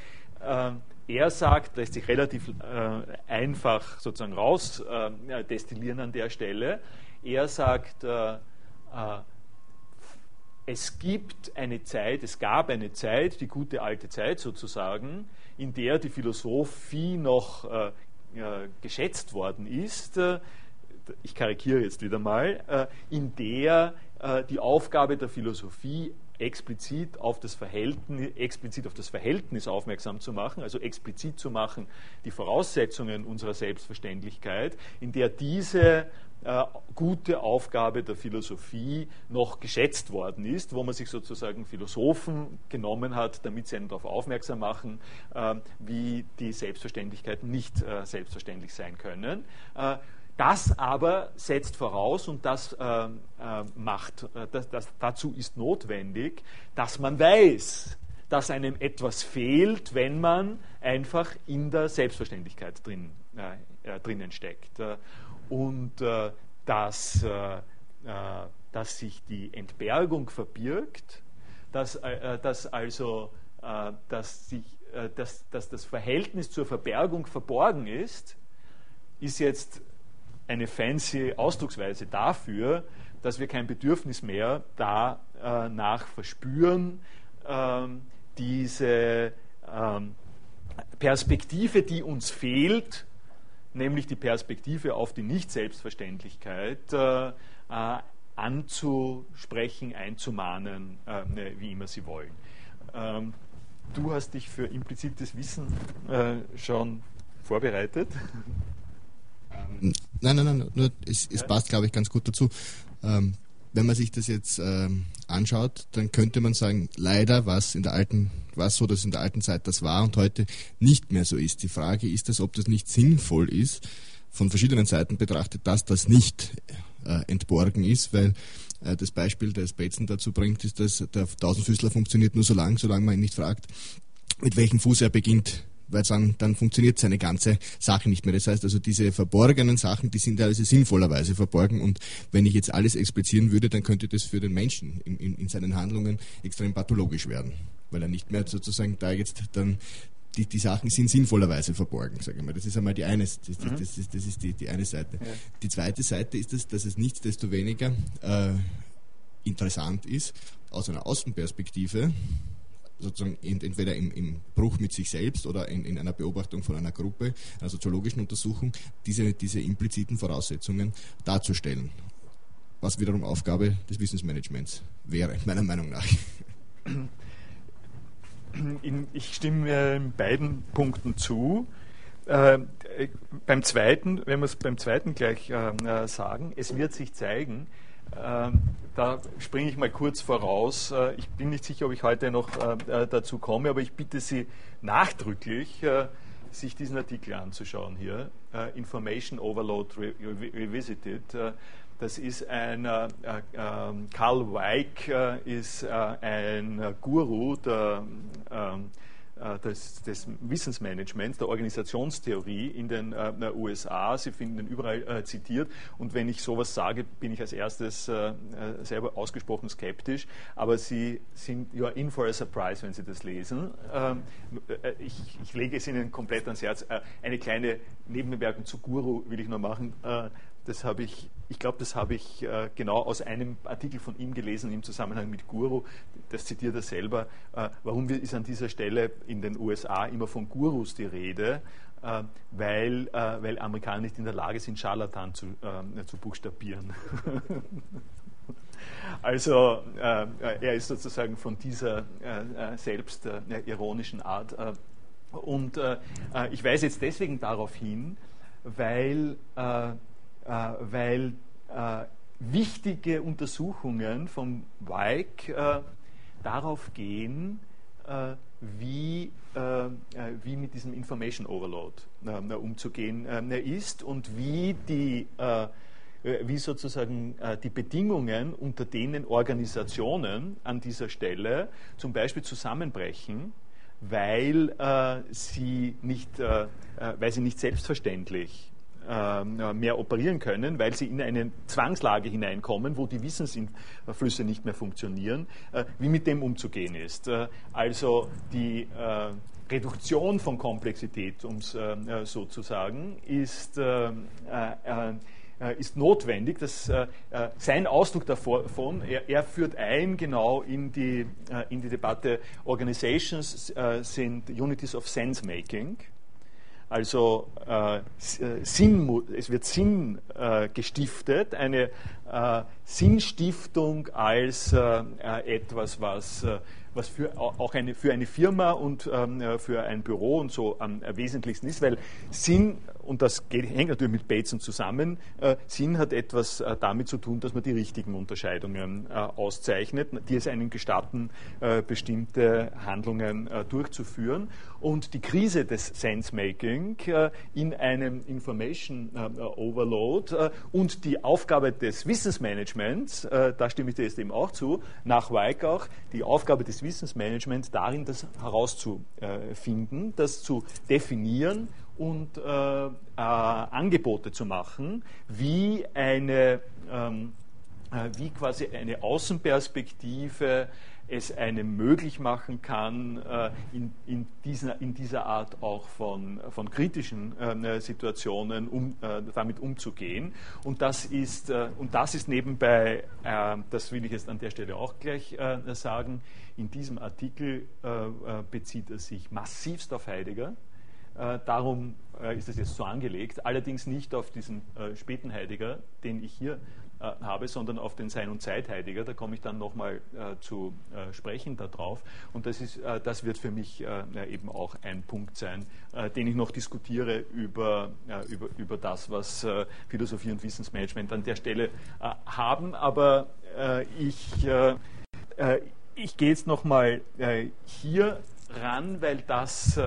Er sagt, lässt sich relativ einfach sozusagen rausdestillieren an der Stelle. Er sagt, es gab eine Zeit, die gute alte Zeit sozusagen, in der die Philosophie noch geschätzt worden ist, ich karikiere jetzt wieder mal, in der die Aufgabe der Philosophie explizit auf das Verhältnis aufmerksam zu machen, also explizit zu machen, die Voraussetzungen unserer Selbstverständlichkeit, in der diese gute Aufgabe der Philosophie noch geschätzt worden ist, wo man sich sozusagen Philosophen genommen hat, damit sie einen darauf aufmerksam machen, wie die Selbstverständlichkeiten nicht selbstverständlich sein können. Das aber setzt voraus, und dazu ist notwendig, dass man weiß, dass einem etwas fehlt, wenn man einfach in der Selbstverständlichkeit drinnen steckt. Und dass sich die Entbergung verbirgt, dass das Verhältnis zur Verbergung verborgen ist jetzt eine fancy Ausdrucksweise dafür, dass wir kein Bedürfnis mehr danach verspüren, diese Perspektive, die uns fehlt, nämlich die Perspektive auf die Nicht-Selbstverständlichkeit, anzusprechen, einzumahnen, wie immer Sie wollen. Du hast dich für implizites Wissen schon vorbereitet. Nein, nur es passt, glaube ich, ganz gut dazu. Wenn man sich das jetzt anschaut, dann könnte man sagen, leider war es so, dass in der alten Zeit das war und heute nicht mehr so ist. Die Frage ist es, ob das nicht sinnvoll ist, von verschiedenen Seiten betrachtet, dass das nicht entborgen ist, weil das Beispiel, das Bateson dazu bringt, ist, dass der Tausendfüßler funktioniert nur solange man ihn nicht fragt, mit welchem Fuß er beginnt, weil dann funktioniert seine ganze Sache nicht mehr. Das heißt also, diese verborgenen Sachen, die sind also sinnvollerweise verborgen, und wenn ich jetzt alles explizieren würde, dann könnte das für den Menschen in seinen Handlungen extrem pathologisch werden, weil er nicht mehr sozusagen da jetzt dann die Sachen sind sinnvollerweise verborgen, sage ich mal. Das ist einmal die eine Seite. Ja. Die zweite Seite ist es, dass es nichtsdestoweniger interessant ist, aus einer Außenperspektive, sozusagen entweder im Bruch mit sich selbst oder in einer Beobachtung von einer Gruppe, einer soziologischen Untersuchung, diese impliziten Voraussetzungen darzustellen. Was wiederum Aufgabe des Wissensmanagements wäre, meiner Meinung nach. Ich stimme in beiden Punkten zu. Beim zweiten, wenn wir es beim zweiten gleich sagen, es wird sich zeigen, da springe ich mal kurz voraus. Ich bin nicht sicher, ob ich heute noch dazu komme, aber ich bitte Sie nachdrücklich, sich diesen Artikel anzuschauen hier. Information Overload Revisited. Das ist Carl Weick ist ein Guru des Wissensmanagements, der Organisationstheorie in den USA. Sie finden ihn überall zitiert, und wenn ich sowas sage, bin ich als erstes selber ausgesprochen skeptisch, aber Sie sind in for a surprise, wenn Sie das lesen. Ich lege es Ihnen komplett ans Herz. Eine kleine Nebenbemerkung zu Guru will ich noch machen. Ich glaube, das habe ich genau aus einem Artikel von ihm gelesen im Zusammenhang mit Guru. Das zitiert er selber. Warum ist an dieser Stelle in den USA immer von Gurus die Rede? Weil Amerikaner nicht in der Lage sind, Scharlatan zu buchstabieren. Also er ist sozusagen von dieser selbst ironischen Art. Und ich weise jetzt deswegen darauf hin, weil wichtige Untersuchungen von Weick darauf gehen, wie mit diesem Information Overload umzugehen ist und wie sozusagen die Bedingungen, unter denen Organisationen an dieser Stelle zum Beispiel zusammenbrechen, weil sie nicht selbstverständlich mehr operieren können, weil sie in eine Zwangslage hineinkommen, wo die Wissensflüsse nicht mehr funktionieren, wie mit dem umzugehen ist. Also die Reduktion von Komplexität, um es so zu sagen, ist ist notwendig. Sein Ausdruck davon, er führt ein genau in die Debatte, Organizations sind Unities of Sense-Making. Also es wird Sinn gestiftet, eine Sinnstiftung als etwas, was für eine Firma und für ein Büro und so am wesentlichsten ist, weil Sinn, und das hängt natürlich mit Bateson zusammen, Sinn hat etwas damit zu tun, dass man die richtigen Unterscheidungen auszeichnet, die es einem gestatten, bestimmte Handlungen durchzuführen. Und die Krise des Sense-Making in einem Information Overload und die Aufgabe des Wissensmanagements, da stimme ich dir jetzt eben auch zu, nach Weikach, die Aufgabe des Wissensmanagements darin, das herauszufinden, das zu definieren und Angebote zu machen, wie quasi eine Außenperspektive es einem möglich machen kann, in dieser Art auch von kritischen Situationen damit umzugehen. Und das ist nebenbei, das will ich jetzt an der Stelle auch gleich sagen, in diesem Artikel bezieht er sich massivst auf Heidegger. Darum ist es jetzt so angelegt, allerdings nicht auf diesen späten Heidegger, den ich hier habe, sondern auf den Sein- und Zeit-Heidegger. Da komme ich dann nochmal zu sprechen darauf. Und das wird für mich eben auch ein Punkt sein, den ich noch diskutiere über das, was Philosophie und Wissensmanagement an der Stelle haben. Aber ich gehe jetzt nochmal hier ran, weil das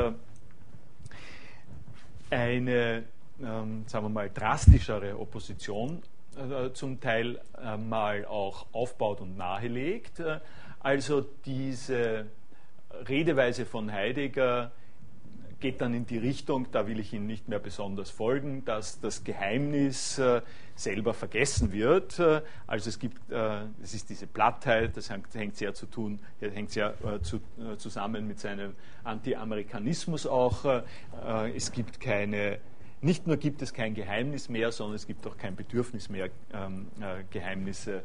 eine, sagen wir mal, drastischere Opposition zum Teil mal auch aufbaut und nahelegt. Also diese Redeweise von Heidegger geht dann in die Richtung, da will ich Ihnen nicht mehr besonders folgen, dass das Geheimnis selber vergessen wird. Also es ist diese Plattheit, das hängt sehr zusammen mit seinem Anti-Amerikanismus auch. Es gibt nicht nur gibt es kein Geheimnis mehr, sondern es gibt auch kein Bedürfnis mehr, Geheimnisse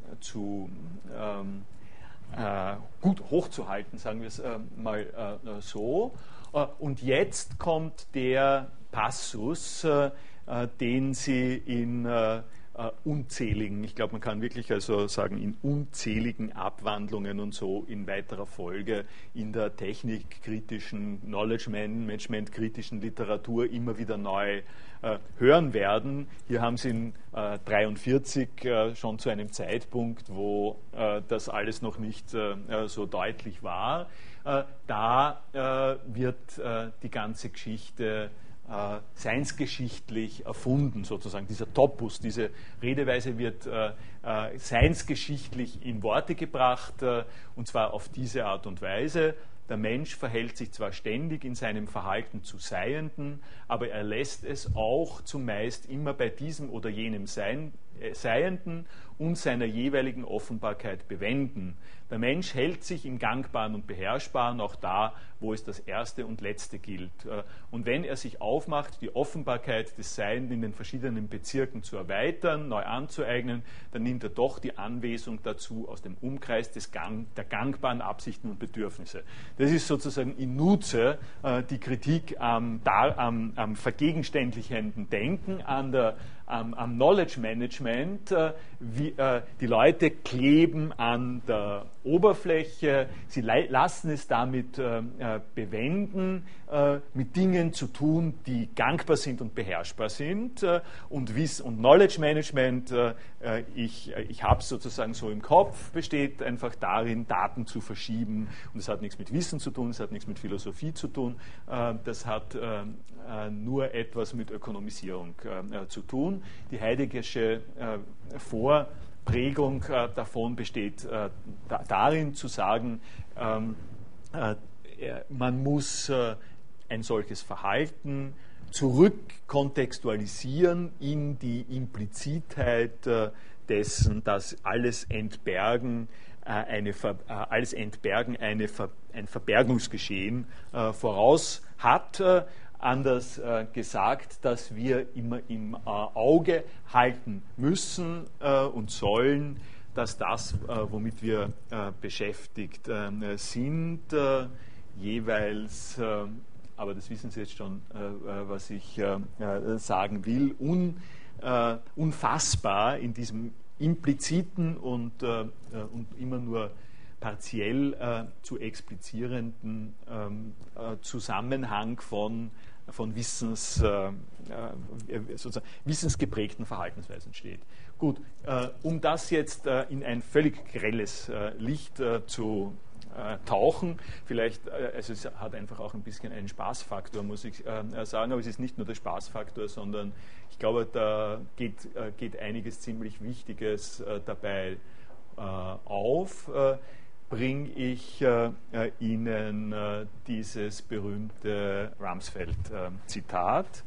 gut hochzuhalten, sagen wir es mal so. Und jetzt kommt der Passus, den Sie in unzähligen, ich glaube, man kann wirklich also sagen, in unzähligen Abwandlungen und so in weiterer Folge in der technikkritischen, Knowledge-Management-kritischen Literatur immer wieder neu hören werden. Hier haben Sie in 1943 schon zu einem Zeitpunkt, wo das alles noch nicht so deutlich war. Da wird die ganze Geschichte seinsgeschichtlich erfunden, sozusagen. Dieser Topos, diese Redeweise wird seinsgeschichtlich in Worte gebracht, und zwar auf diese Art und Weise. Der Mensch verhält sich zwar ständig in seinem Verhalten zu Seienden, aber er lässt es auch zumeist immer bei diesem oder jenem Seienden und seiner jeweiligen Offenbarkeit bewenden. Der Mensch hält sich im Gangbaren und Beherrschbaren auch da, wo es das Erste und Letzte gilt. Und wenn er sich aufmacht, die Offenbarkeit des Seienden in den verschiedenen Bezirken zu erweitern, neu anzueignen, dann nimmt er doch die Anwesung dazu aus dem Umkreis der gangbaren Absichten und Bedürfnisse. Das ist sozusagen in Nutze die Kritik am vergegenständlichenden Denken, am Knowledge Management. Die Leute kleben an der Oberfläche, sie lassen es damit bewenden, mit Dingen zu tun, die gangbar sind und beherrschbar sind. Und Knowledge Management, ich habe es sozusagen so im Kopf, besteht einfach darin, Daten zu verschieben. Und es hat nichts mit Wissen zu tun, es hat nichts mit Philosophie zu tun, das hat nur etwas mit Ökonomisierung zu tun. Die heideggersche Vorprägung davon besteht darin zu sagen, man muss ein solches Verhalten zurückkontextualisieren in die Implizitheit dessen, dass alles Entbergen ein Verbergungsgeschehen voraus hat. anders gesagt, dass wir immer im Auge halten müssen und sollen, dass das, womit wir beschäftigt sind, jeweils, aber das wissen Sie jetzt schon, was ich sagen will, unfassbar in diesem impliziten und immer nur partiell zu explizierenden Zusammenhang von sozusagen wissensgeprägten Verhaltensweisen steht. Gut, um das jetzt in ein völlig grelles Licht zu tauchen, vielleicht, also es hat einfach auch ein bisschen einen Spaßfaktor, muss ich sagen, aber es ist nicht nur der Spaßfaktor, sondern ich glaube, da geht einiges ziemlich Wichtiges dabei auf. Bringe ich Ihnen dieses berühmte Rumsfeld-Zitat.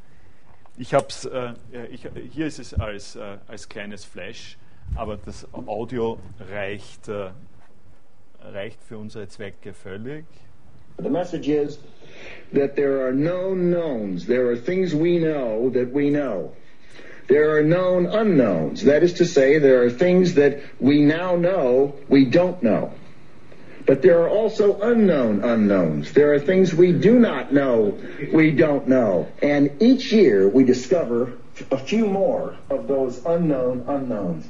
Hier ist es als kleines Flash, aber das Audio reicht für unsere Zwecke völlig. The message is that there are known knowns. There are things we know that we know. There are known unknowns. That is to say, there are things that we now know we don't know. But there are also unknown unknowns. There are things we do not know we don't know. And each year we discover a few more of those unknown unknowns.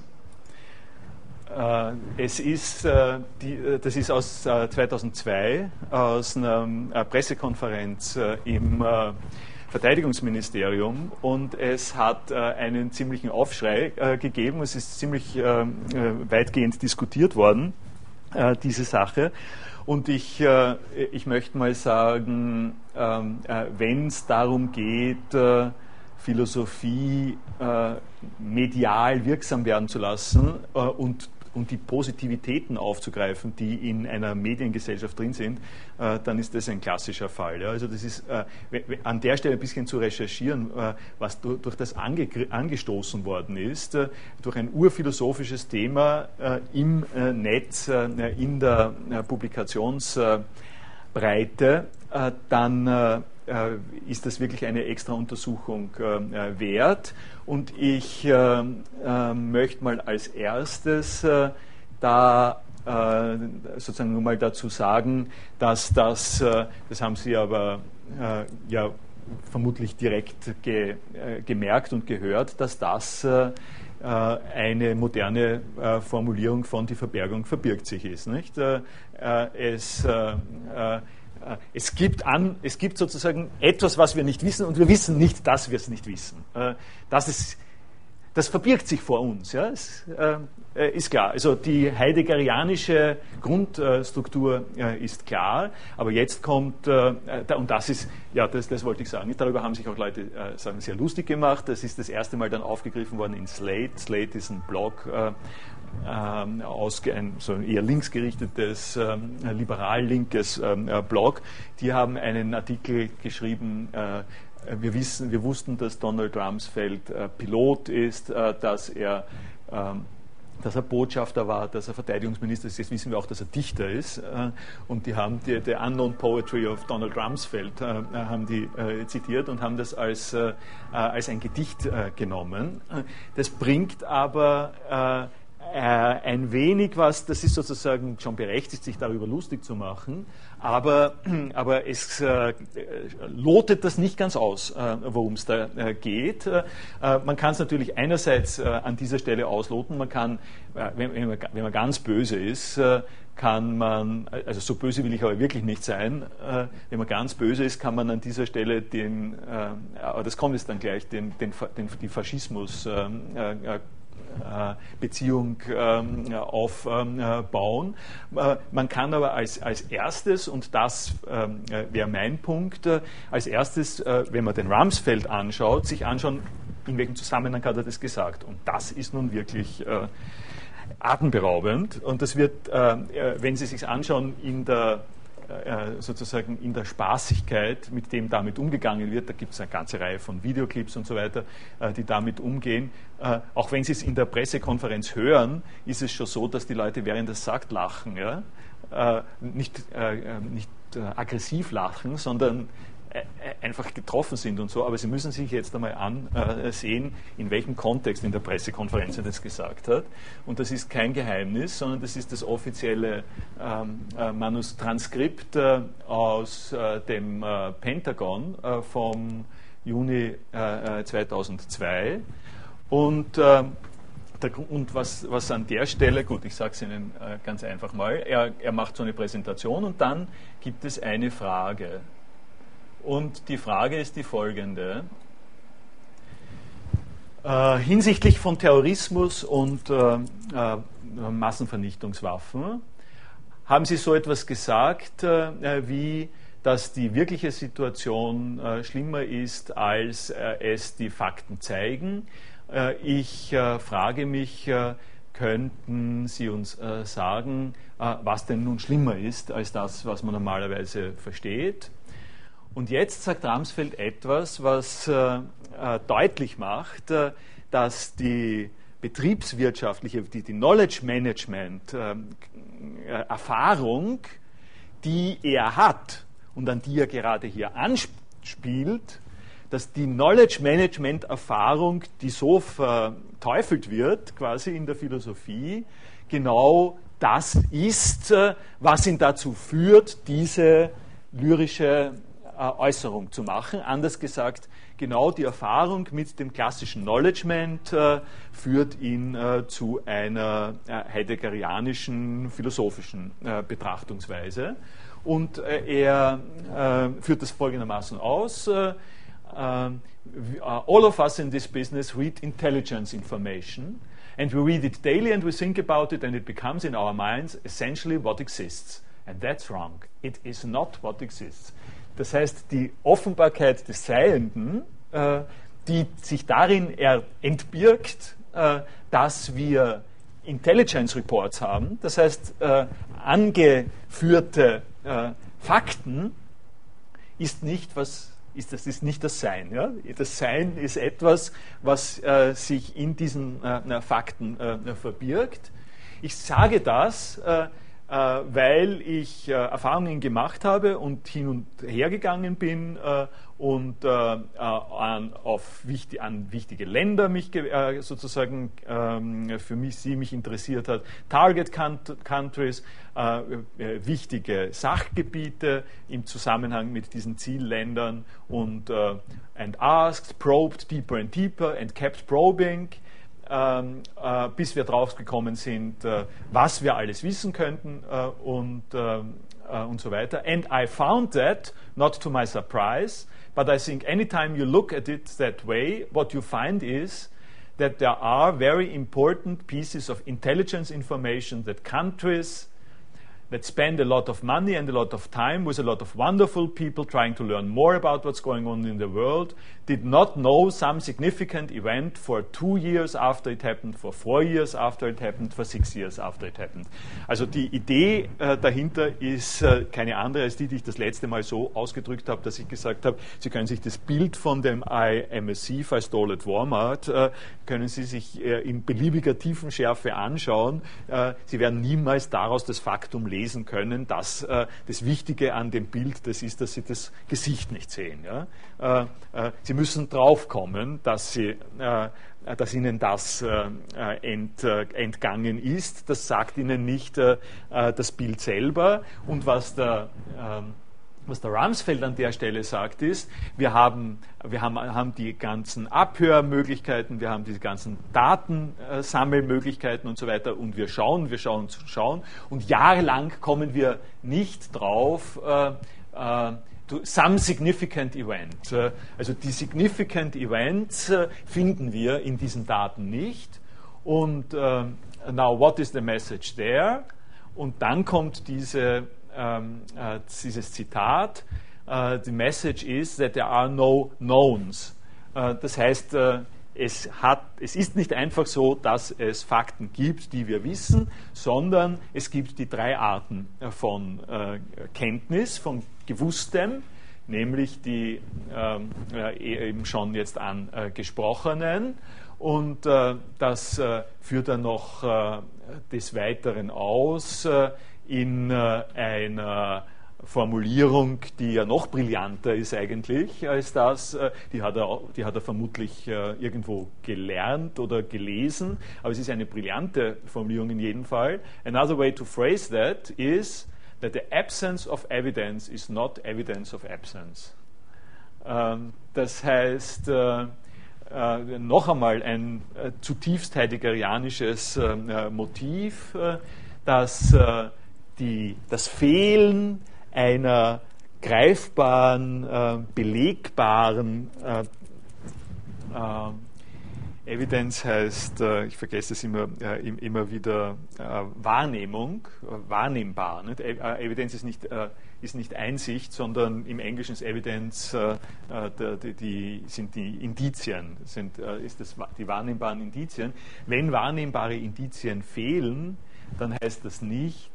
Das ist aus 2002, aus einer Pressekonferenz im Verteidigungsministerium, und es hat einen ziemlichen Aufschrei gegeben. Es ist ziemlich weitgehend diskutiert worden, diese Sache. Und ich möchte mal sagen, wenn es darum geht, Philosophie medial wirksam werden zu lassen und die Positivitäten aufzugreifen, die in einer Mediengesellschaft drin sind, dann ist das ein klassischer Fall. Ja. Also das ist an der Stelle ein bisschen zu recherchieren, was durch das angestoßen worden ist, durch ein urphilosophisches Thema im Netz, in der Publikationsbreite, dann ist das wirklich eine extra Untersuchung wert. Und ich möchte mal als erstes sozusagen nur mal dazu sagen, dass das haben Sie aber ja vermutlich direkt gemerkt und gehört, dass das eine moderne Formulierung von die Verbergung verbirgt sich ist. Nicht? Es gibt sozusagen etwas, was wir nicht wissen, und wir wissen nicht, dass wir es nicht wissen. Das verbirgt sich vor uns, ja? Ist klar. Also die heideggerianische Grundstruktur ist klar, aber jetzt kommt, und das ist, ja, das wollte ich sagen, darüber haben sich auch Leute sehr lustig gemacht. Das ist das erste Mal dann aufgegriffen worden in Slate. Slate ist ein Blog, so ein eher linksgerichtetes, liberal-linkes Blog. Die haben einen Artikel geschrieben, wir wussten, dass Donald Rumsfeld Pilot ist, dass er Botschafter war, dass er Verteidigungsminister ist. Jetzt wissen wir auch, dass er Dichter ist. Und die haben die Unknown Poetry of Donald Rumsfeld haben die zitiert und haben das als ein Gedicht genommen. Das bringt aber ein wenig was, das ist sozusagen schon berechtigt, sich darüber lustig zu machen, aber es lotet das nicht ganz aus, worum es da geht. Man kann es natürlich einerseits an dieser Stelle ausloten, man kann, wenn man ganz böse ist, kann man, also so böse will ich aber wirklich nicht sein, wenn man ganz böse ist, kann man an dieser Stelle aber das kommt jetzt dann gleich, die Faschismus Beziehung aufbauen. Man kann aber als erstes, und das wäre mein Punkt, als erstes, wenn man den Rumsfeld anschaut, sich anschauen, in welchem Zusammenhang hat er das gesagt. Und das ist nun wirklich atemberaubend. Und das wird, wenn Sie sich anschauen, sozusagen in der Spaßigkeit, mit dem damit umgegangen wird, da gibt es eine ganze Reihe von Videoclips und so weiter, die damit umgehen. Auch wenn Sie es in der Pressekonferenz hören, ist es schon so, dass die Leute, während es sagt, lachen. Ja? Nicht aggressiv lachen, sondern einfach getroffen sind und so, aber Sie müssen sich jetzt einmal ansehen, in welchem Kontext in der Pressekonferenz er das gesagt hat. Und das ist kein Geheimnis, sondern das ist das offizielle Transkript aus dem Pentagon vom Juni 2002. Und was an der Stelle, gut, ich sage es Ihnen ganz einfach mal, er macht so eine Präsentation und dann gibt es eine Frage. Und die Frage ist die folgende. Hinsichtlich von Terrorismus und Massenvernichtungswaffen haben Sie so etwas gesagt, wie dass die wirkliche Situation schlimmer ist, als es die Fakten zeigen. Ich frage mich, könnten Sie uns sagen, was denn nun schlimmer ist als das, was man normalerweise versteht? Und jetzt sagt Ramsfeld etwas, was deutlich macht, dass die betriebswirtschaftliche, die Knowledge Management Erfahrung, die er hat und an die er gerade hier anspielt, dass die Knowledge Management Erfahrung, die so verteufelt wird, quasi in der Philosophie, genau das ist, was ihn dazu führt, diese lyrische Äußerung zu machen. Anders gesagt, genau die Erfahrung mit dem klassischen Knowledgement führt ihn zu einer heideggerianischen philosophischen Betrachtungsweise. Und er führt das folgendermaßen aus. All of us in this business read intelligence information, and we read it daily and we think about it, and it becomes in our minds essentially what exists. And that's wrong. It is not what exists. Das heißt, die Offenbarkeit des Seienden, die sich darin entbirgt, dass wir Intelligence Reports haben, das heißt, angeführte Fakten, ist nicht das ist nicht das Sein. Ja? Das Sein ist etwas, was sich in diesen Fakten verbirgt. Ich sage das, weil ich Erfahrungen gemacht habe und hin und her gegangen bin und an wichtige Länder mich sozusagen für mich interessiert hat, Target Countries, wichtige Sachgebiete im Zusammenhang mit diesen Zielländern und and asked, probed deeper and deeper and kept probing, bis wir drauf gekommen sind, was wir alles wissen könnten und so weiter. And I found that, not to my surprise, but I think anytime you look at it that way, what you find is that there are very important pieces of intelligence information that countries that spend a lot of money and a lot of time with a lot of wonderful people trying to learn more about what's going on in the world, did not know some significant event for 2 years after it happened, for 4 years after it happened, for 6 years after it happened. Also die Idee dahinter ist keine andere als die ich das letzte Mal so ausgedrückt habe, dass ich gesagt habe, Sie können sich das Bild von dem I am a thief, I stole at Walmart, können Sie sich in beliebiger Tiefenschärfe anschauen. Sie werden niemals daraus das Faktum lesen können, dass das Wichtige an dem Bild das ist, dass Sie das Gesicht nicht sehen. Ja? Sie müssen draufkommen, dass Ihnen das entgangen ist. Das sagt Ihnen nicht das Bild selber. Und was der Ramsfeld an der Stelle sagt, ist, wir haben die ganzen Abhörmöglichkeiten, wir haben diese ganzen Datensammelmöglichkeiten und so weiter und wir schauen und jahrelang kommen wir nicht drauf, some significant event. Also die significant events finden wir in diesen Daten nicht. Und now what is the message there? Und dann kommt dieses Zitat, the message is that there are no knowns. Das heißt, es ist nicht einfach so, dass es Fakten gibt, die wir wissen, sondern es gibt die 3 Arten von Kenntnis, von Gewusstem, nämlich die eben schon jetzt angesprochenen. Und das führt dann noch des Weiteren aus in einer Formulierung, die ja noch brillanter ist eigentlich als das, die hat er vermutlich irgendwo gelernt oder gelesen, aber es ist eine brillante Formulierung in jedem Fall. Another way to phrase that is that the absence of evidence is not evidence of absence. Das heißt, noch einmal ein zutiefst heideggerianisches Motiv, dass das Fehlen einer greifbaren, belegbaren Evidenz heißt, ich vergesse es immer wieder, Wahrnehmung, wahrnehmbar. Nicht? Evidenz ist nicht Einsicht, sondern im Englischen ist Evidenz, sind die Indizien, die wahrnehmbaren Indizien. Wenn wahrnehmbare Indizien fehlen, dann heißt das nicht,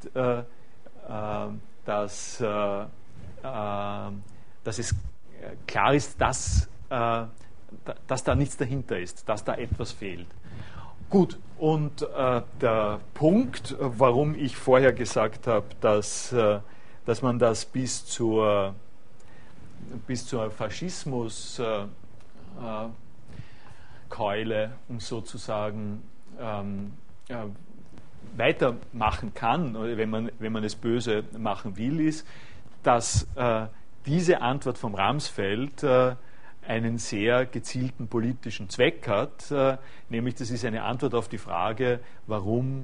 dass es klar ist, dass da nichts dahinter ist, dass da etwas fehlt. Gut, und der Punkt, warum ich vorher gesagt habe, dass man das bis zur Faschismuskeule, sozusagen, weitermachen kann, wenn man es böse machen will, ist, dass diese Antwort vom Ramsfeld einen sehr gezielten politischen Zweck hat, nämlich das ist eine Antwort auf die Frage, warum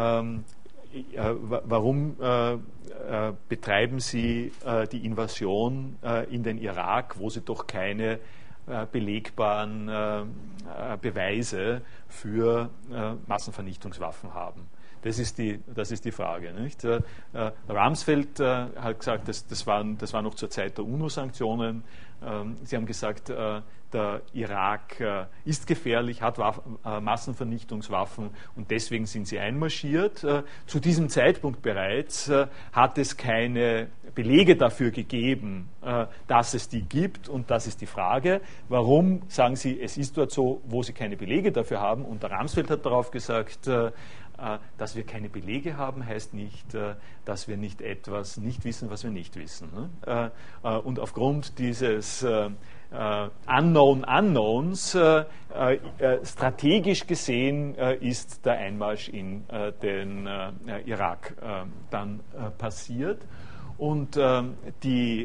betreiben Sie die Invasion in den Irak, wo Sie doch keine belegbaren Beweise für Massenvernichtungswaffen haben. Das ist die Frage. Nicht? Rumsfeld hat gesagt, das war noch zur Zeit der UNO-Sanktionen. Sie haben gesagt, der Irak ist gefährlich, hat Massenvernichtungswaffen und deswegen sind sie einmarschiert. Zu diesem Zeitpunkt bereits hat es keine Belege dafür gegeben, dass es die gibt, und das ist die Frage. Warum sagen Sie, es ist dort so, wo Sie keine Belege dafür haben? Und der Rumsfeld hat darauf gesagt, dass wir keine Belege haben, heißt nicht, dass wir nicht etwas nicht wissen, was wir nicht wissen. Und aufgrund dieses Unknown Unknowns, strategisch gesehen, ist der Einmarsch in den Irak dann passiert. Und die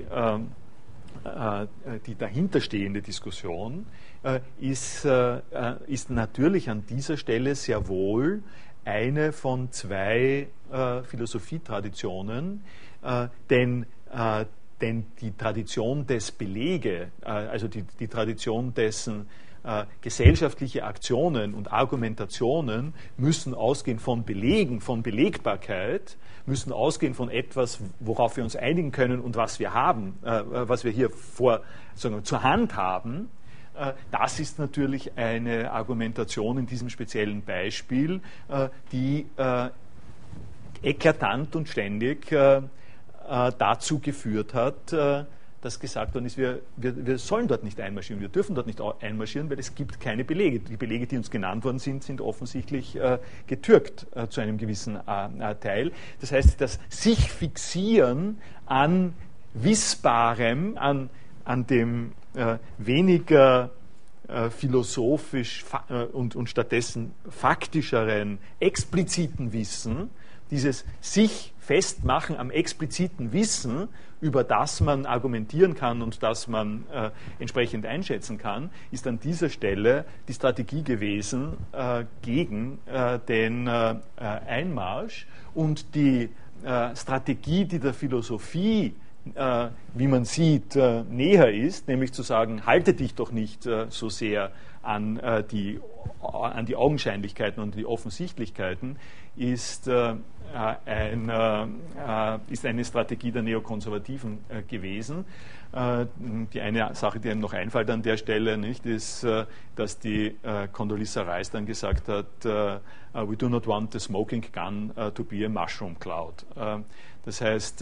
dahinterstehende Diskussion ist natürlich an dieser Stelle sehr wohl eine von zwei Philosophietraditionen, denn die Tradition des Belege, also die Tradition dessen gesellschaftliche Aktionen und Argumentationen müssen ausgehen von Belegen, von Belegbarkeit, müssen ausgehen von etwas, worauf wir uns einigen können und was wir haben, was wir hier zur Hand haben. Das ist natürlich eine Argumentation in diesem speziellen Beispiel, die eklatant und ständig dazu geführt hat, dass gesagt worden ist, wir sollen dort nicht einmarschieren, wir dürfen dort nicht einmarschieren, weil es gibt keine Belege. Die Belege, die uns genannt worden sind offensichtlich getürkt zu einem gewissen Teil. Das heißt, das sich fixieren an Wissbarem, an dem weniger philosophisch und stattdessen faktischeren, expliziten Wissen, dieses sich festmachen am expliziten Wissen, über das man argumentieren kann und das man entsprechend einschätzen kann, ist an dieser Stelle die Strategie gewesen gegen den Einmarsch, und die Strategie, die der Philosophie, wie man sieht, näher ist, nämlich zu sagen, halte dich doch nicht so sehr an die Augenscheinlichkeiten und die Offensichtlichkeiten, ist eine Strategie der Neokonservativen gewesen. Die eine Sache, die einem noch einfällt an der Stelle, nicht, ist, dass die Condoleezza Rice dann gesagt hat, we do not want the smoking gun to be a mushroom cloud. Das heißt,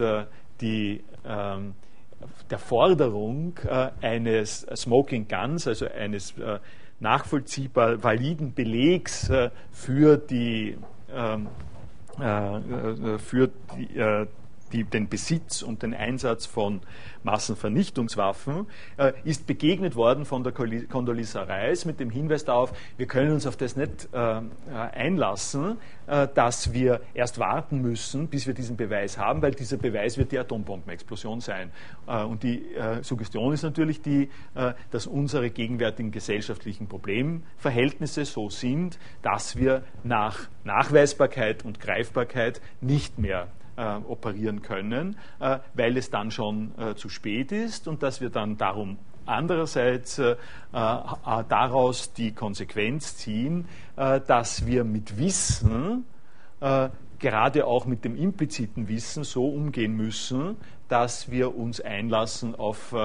der Forderung eines Smoking Guns, also eines nachvollziehbar validen Belegs für die den Besitz und den Einsatz von Massenvernichtungswaffen, ist begegnet worden von der Condoleezza Rice mit dem Hinweis darauf, wir können uns auf das nicht einlassen, dass wir erst warten müssen, bis wir diesen Beweis haben, weil dieser Beweis wird die Atombombenexplosion sein. Und die Suggestion ist natürlich die, dass unsere gegenwärtigen gesellschaftlichen Problemverhältnisse so sind, dass wir nach Nachweisbarkeit und Greifbarkeit nicht mehr operieren können, weil es dann schon zu spät ist und dass wir dann darum andererseits daraus die Konsequenz ziehen, dass wir mit Wissen, gerade auch mit dem impliziten Wissen, so umgehen müssen, dass wir uns einlassen auf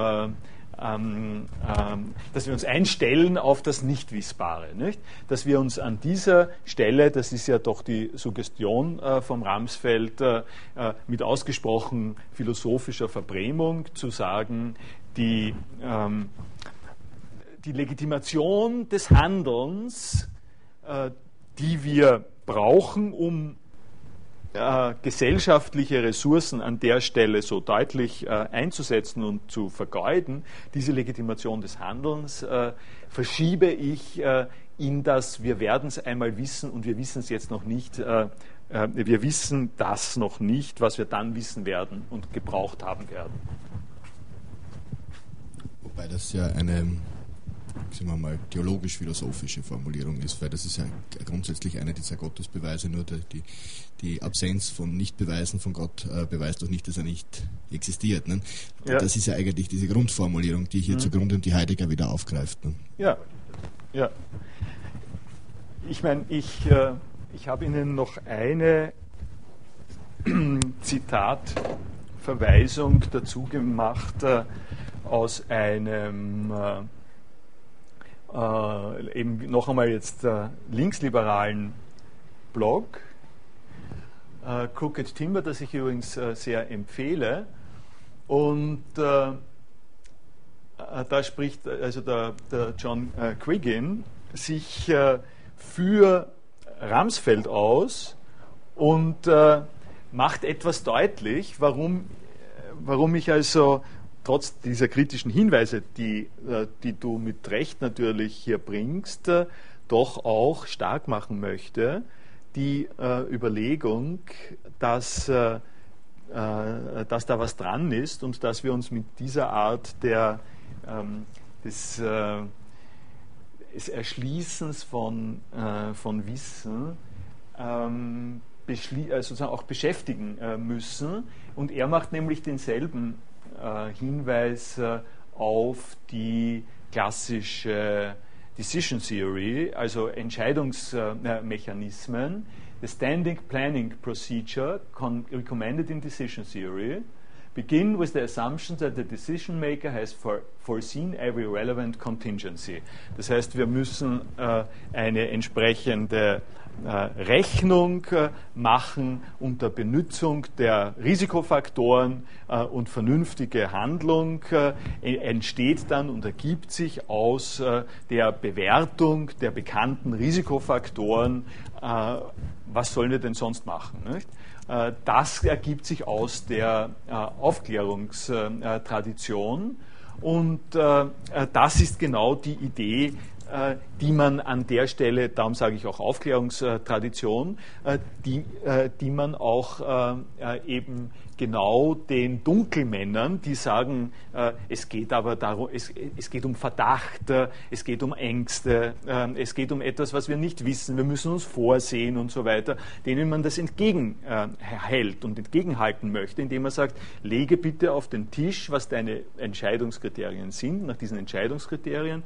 dass wir uns einstellen auf das Nichtwissbare. Nicht? Dass wir uns an dieser Stelle, das ist ja doch die Suggestion vom Ramsfeld, mit ausgesprochen philosophischer Verbrämung zu sagen, die Legitimation des Handelns, die wir brauchen, um gesellschaftliche Ressourcen an der Stelle so deutlich einzusetzen und zu vergeuden, diese Legitimation des Handelns verschiebe ich in das, wir werden es einmal wissen und wir wissen es jetzt noch nicht, wir wissen das noch nicht, was wir dann wissen werden und gebraucht haben werden. Wobei das ja eine, sagen wir mal, theologisch-philosophische Formulierung ist, weil das ist ja grundsätzlich einer dieser Gottesbeweise, nur die Absenz von Nichtbeweisen von Gott beweist doch nicht, dass er nicht existiert. Ne? Ja. Das ist ja eigentlich diese Grundformulierung, die hier zugrunde und die Heidegger wieder aufgreift. Ne? Ja, ja. Ich meine, ich habe Ihnen noch eine Zitatverweisung dazu gemacht aus einem eben noch einmal jetzt linksliberalen Blog, Crooked Timber, das ich übrigens sehr empfehle. Und da spricht also der John Quiggin sich für Ramsfeld aus und macht etwas deutlich, warum ich also trotz dieser kritischen Hinweise, die du mit Recht natürlich hier bringst, doch auch stark machen möchte, die Überlegung, dass da was dran ist und dass wir uns mit dieser Art des Erschließens von Wissen sozusagen auch beschäftigen müssen. Und er macht nämlich denselben Hinweis auf die klassische Decision Theory, also Entscheidungsmechanismen. The Standing Planning Procedure recommended in Decision Theory begin with the assumption that the decision maker has foreseen every relevant contingency. Das heißt, wir müssen eine entsprechende Rechnung machen unter Benutzung der Risikofaktoren und vernünftige Handlung entsteht dann und ergibt sich aus der Bewertung der bekannten Risikofaktoren, was sollen wir denn sonst machen? Nicht? Das ergibt sich aus der Aufklärungstradition und das ist genau die Idee, die man an der Stelle, darum sage ich auch Aufklärungstradition, die man auch eben genau den Dunkelmännern, die sagen, es geht aber darum, es geht um Verdacht, es geht um Ängste, es geht um etwas, was wir nicht wissen, wir müssen uns vorsehen und so weiter, denen man das entgegenhält und entgegenhalten möchte, indem man sagt, lege bitte auf den Tisch, was deine Entscheidungskriterien sind, nach diesen Entscheidungskriterien,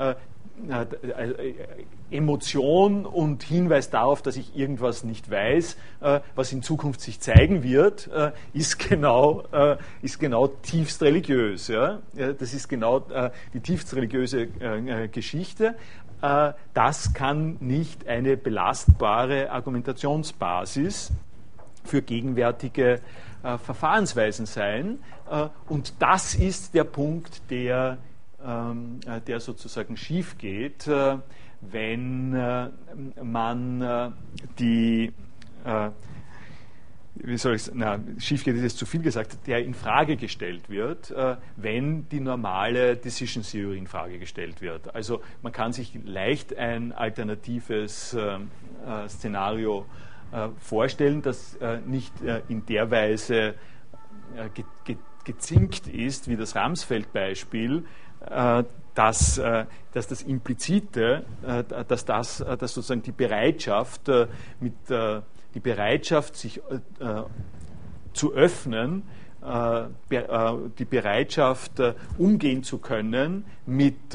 Emotion und Hinweis darauf, dass ich irgendwas nicht weiß, was in Zukunft sich zeigen wird, ist genau tiefst religiös. Ja? Das ist genau die tiefst religiöse Geschichte. Das kann nicht eine belastbare Argumentationsbasis für gegenwärtige Verfahrensweisen sein. Und das ist der Punkt, der sozusagen schief geht, wenn man wie soll ich schief geht, ist jetzt zu viel gesagt, der in Frage gestellt wird, wenn die normale Decision Theory in Frage gestellt wird. Also man kann sich leicht ein alternatives Szenario vorstellen, das nicht in der Weise gezinkt ist, wie das Ramsfeld-Beispiel, dass das Implizite, dass sozusagen die Bereitschaft, die Bereitschaft, sich zu öffnen, die Bereitschaft, umgehen zu können mit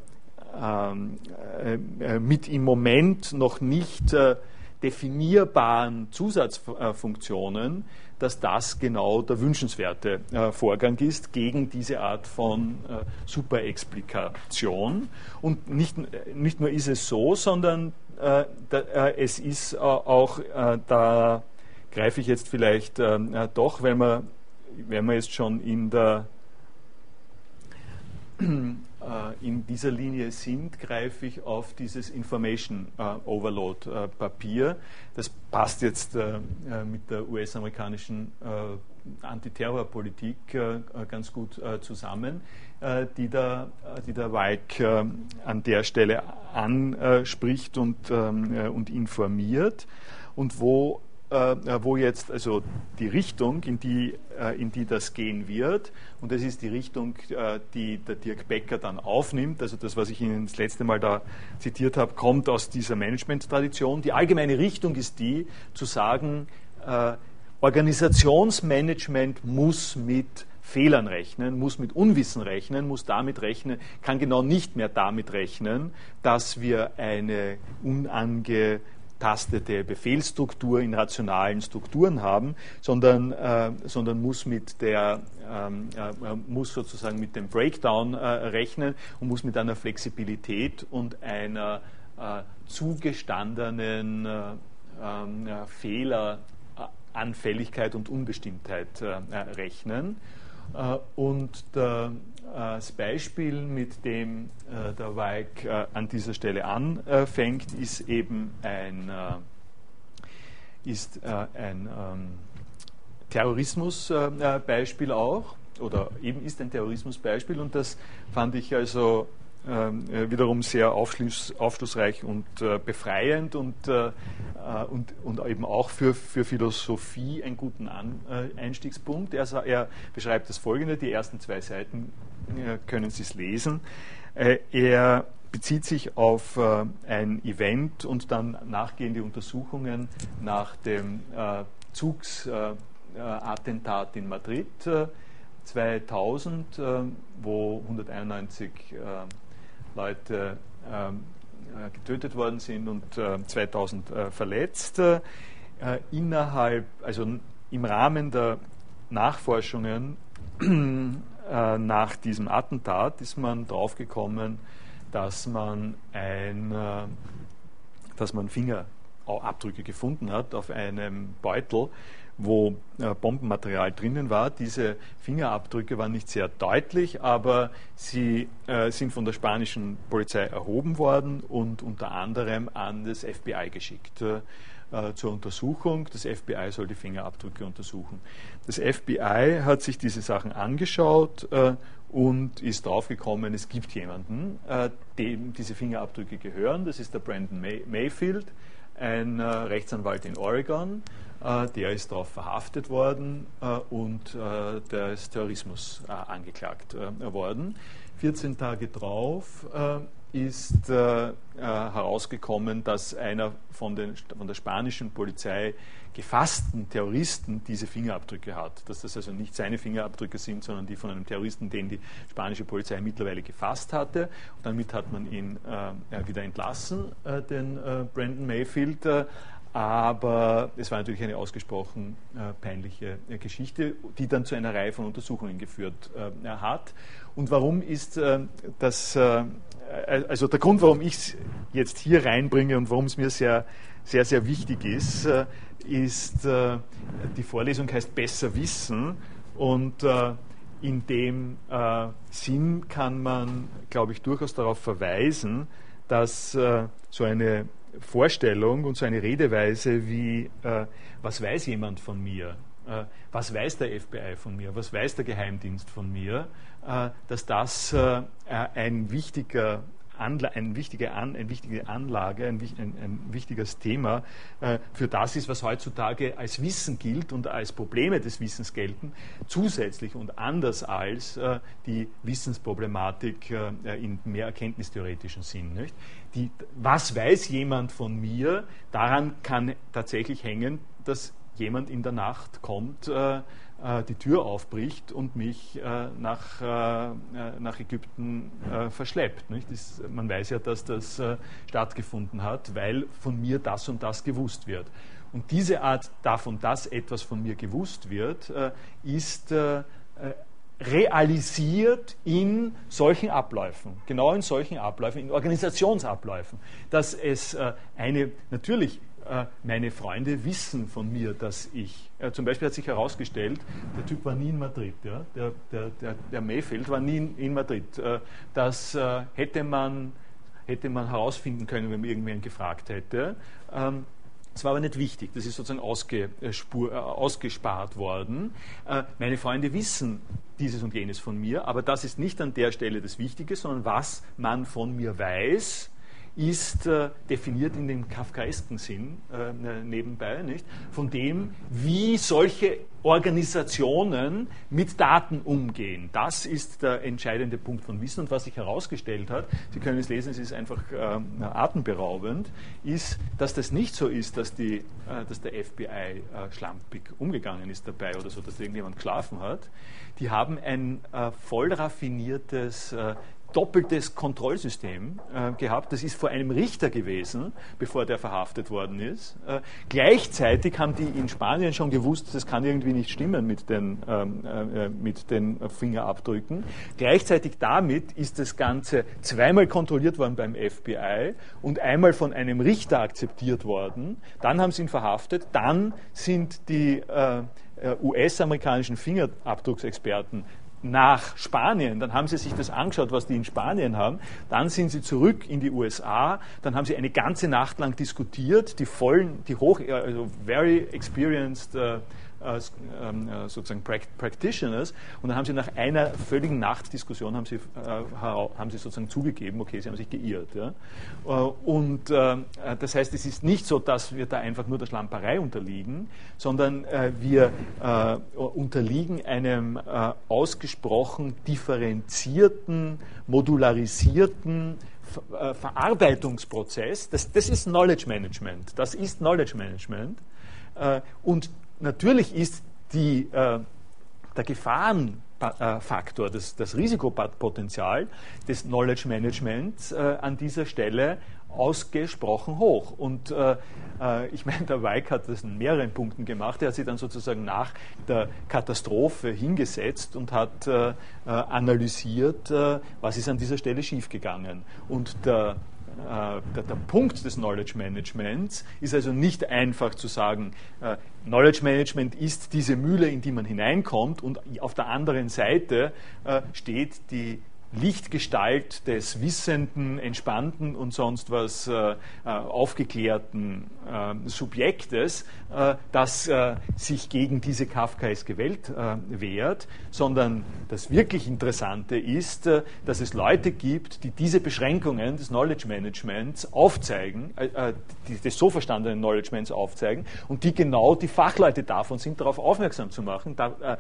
im Moment noch nicht definierbaren Zusatzfunktionen, dass das genau der wünschenswerte Vorgang ist gegen diese Art von Superexplikation. Und nicht nur ist es so, sondern es ist auch, da greife ich jetzt vielleicht doch, wenn wir jetzt schon in dieser Linie sind, greife ich auf dieses Information Overload Papier. Das passt jetzt mit der US-amerikanischen Antiterrorpolitik ganz gut zusammen, die der Weig an der Stelle anspricht und informiert und wo jetzt also die Richtung, in die das gehen wird, und das ist die Richtung, die der Dirk Becker dann aufnimmt, also das, was ich Ihnen das letzte Mal da zitiert habe, kommt aus dieser Management-Tradition. Die allgemeine Richtung ist die, zu sagen, Organisationsmanagement muss mit Fehlern rechnen, muss mit Unwissen rechnen, muss damit rechnen, kann genau nicht mehr damit rechnen, dass wir eine unangetastete Befehlsstruktur in rationalen Strukturen haben, sondern muss muss sozusagen mit dem Breakdown rechnen und muss mit einer Flexibilität und einer zugestandenen Fehleranfälligkeit und Unbestimmtheit rechnen. Und das Beispiel, mit dem der Weig an dieser Stelle anfängt, ist eben ein Terrorismusbeispiel auch, oder eben ist ein Terrorismusbeispiel, und das fand ich also wiederum sehr aufschlussreich und befreiend und eben auch für Philosophie einen guten Einstiegspunkt. Er beschreibt das Folgende, die ersten 2 Seiten können Sie es lesen. Er bezieht sich auf ein Event und dann nachgehende Untersuchungen nach dem Zugsattentat in Madrid 2000, wo 191 Leute getötet worden sind und 2000 verletzt. Also im Rahmen der Nachforschungen nach diesem Attentat ist man draufgekommen, dass man Fingerabdrücke gefunden hat auf einem Beutel, wo Bombenmaterial drinnen war. Diese Fingerabdrücke waren nicht sehr deutlich, aber sie sind von der spanischen Polizei erhoben worden und unter anderem an das FBI geschickt zur Untersuchung. Das FBI soll die Fingerabdrücke untersuchen. Das FBI hat sich diese Sachen angeschaut und ist draufgekommen, es gibt jemanden, dem diese Fingerabdrücke gehören. Das ist der Brandon Mayfield, ein Rechtsanwalt in Oregon. Der ist darauf verhaftet worden und der ist Terrorismus angeklagt worden. 14 Tage drauf ist herausgekommen, dass einer von der spanischen Polizei gefassten Terroristen diese Fingerabdrücke hat. Dass das also nicht seine Fingerabdrücke sind, sondern die von einem Terroristen, den die spanische Polizei mittlerweile gefasst hatte. Und damit hat man ihn wieder entlassen, den Brandon Mayfield. Aber es war natürlich eine ausgesprochen peinliche Geschichte, die dann zu einer Reihe von Untersuchungen geführt hat. Und warum ist das, also der Grund, warum ich es jetzt hier reinbringe und warum es mir sehr, sehr, sehr wichtig ist, ist, die Vorlesung heißt Besser Wissen, und in dem Sinn kann man, glaube ich, durchaus darauf verweisen, dass so eine Vorstellung und so eine Redeweise wie, was weiß jemand von mir? Was weiß der FBI von mir? Was weiß der Geheimdienst von mir? Dass das ein wichtige Anlage, ein wichtiges Thema für das ist, was heutzutage als Wissen gilt und als Probleme des Wissens gelten, zusätzlich und anders als die Wissensproblematik in mehr erkenntnistheoretischen Sinn. Nicht? Was weiß jemand von mir? Daran kann tatsächlich hängen, dass jemand in der Nacht kommt, die Tür aufbricht und mich nach Ägypten verschleppt. Nicht? Man weiß ja, dass das stattgefunden hat, weil von mir das und das gewusst wird. Und diese Art davon, dass etwas von mir gewusst wird, ist realisiert in solchen Abläufen, genau in solchen Abläufen, in Organisationsabläufen, dass es natürlich meine Freunde wissen von mir, dass ich, zum Beispiel hat sich herausgestellt, der Typ war nie in Madrid, ja? Der Mayfield war nie in Madrid. Das hätte man herausfinden können, wenn man irgendwen gefragt hätte. Das war aber nicht wichtig, das ist sozusagen ausgespart worden. Meine Freunde wissen dieses und jenes von mir, aber das ist nicht an der Stelle das Wichtige, sondern was man von mir weiß, ist definiert in dem kafkaesken Sinn nebenbei, nicht? Von dem, wie solche Organisationen mit Daten umgehen. Das ist der entscheidende Punkt von Wissen. Und was sich herausgestellt hat, Sie können es lesen, es ist einfach atemberaubend, ist, dass das nicht so ist, dass der FBI schlampig umgegangen ist dabei oder so, dass irgendjemand geschlafen hat. Die haben ein voll raffiniertes doppeltes Kontrollsystem gehabt. Das ist vor einem Richter gewesen, bevor der verhaftet worden ist. Gleichzeitig haben die in Spanien schon gewusst, das kann irgendwie nicht stimmen mit den Fingerabdrücken. Gleichzeitig damit ist das Ganze zweimal kontrolliert worden beim FBI und einmal von einem Richter akzeptiert worden. Dann haben sie ihn verhaftet. Dann sind die US-amerikanischen Fingerabdrucksexperten nach Spanien, dann haben sie sich das angeschaut, was die in Spanien haben, dann sind sie zurück in die USA, dann haben sie eine ganze Nacht lang diskutiert, also very experienced sozusagen Practitioners, und dann haben sie nach einer völligen Nachtdiskussion haben sie sozusagen zugegeben, okay, sie haben sich geirrt. Ja? Und das heißt, es ist nicht so, dass wir da einfach nur der Schlamperei unterliegen, sondern wir unterliegen einem ausgesprochen differenzierten, modularisierten Verarbeitungsprozess. Das ist Knowledge Management. Das ist Knowledge Management. Und natürlich ist der Gefahrenfaktor, das Risikopotenzial des Knowledge Managements an dieser Stelle ausgesprochen hoch. Und ich meine, der Weig hat das in mehreren Punkten gemacht. Er hat sich dann sozusagen nach der Katastrophe hingesetzt und hat analysiert, was ist an dieser Stelle schiefgegangen. Und der Punkt des Knowledge Managements ist also nicht einfach zu sagen, Knowledge Management ist diese Mühle, in die man hineinkommt, und auf der anderen Seite steht die Lichtgestalt des wissenden, entspannten und sonst was aufgeklärten Subjektes, das sich gegen diese kafkaeske Welt wehrt, sondern das wirklich Interessante ist, dass es Leute gibt, die diese Beschränkungen des Knowledge Managements aufzeigen, des so verstandenen Knowledge Managements aufzeigen, und die genau die Fachleute davon sind, darauf aufmerksam zu machen,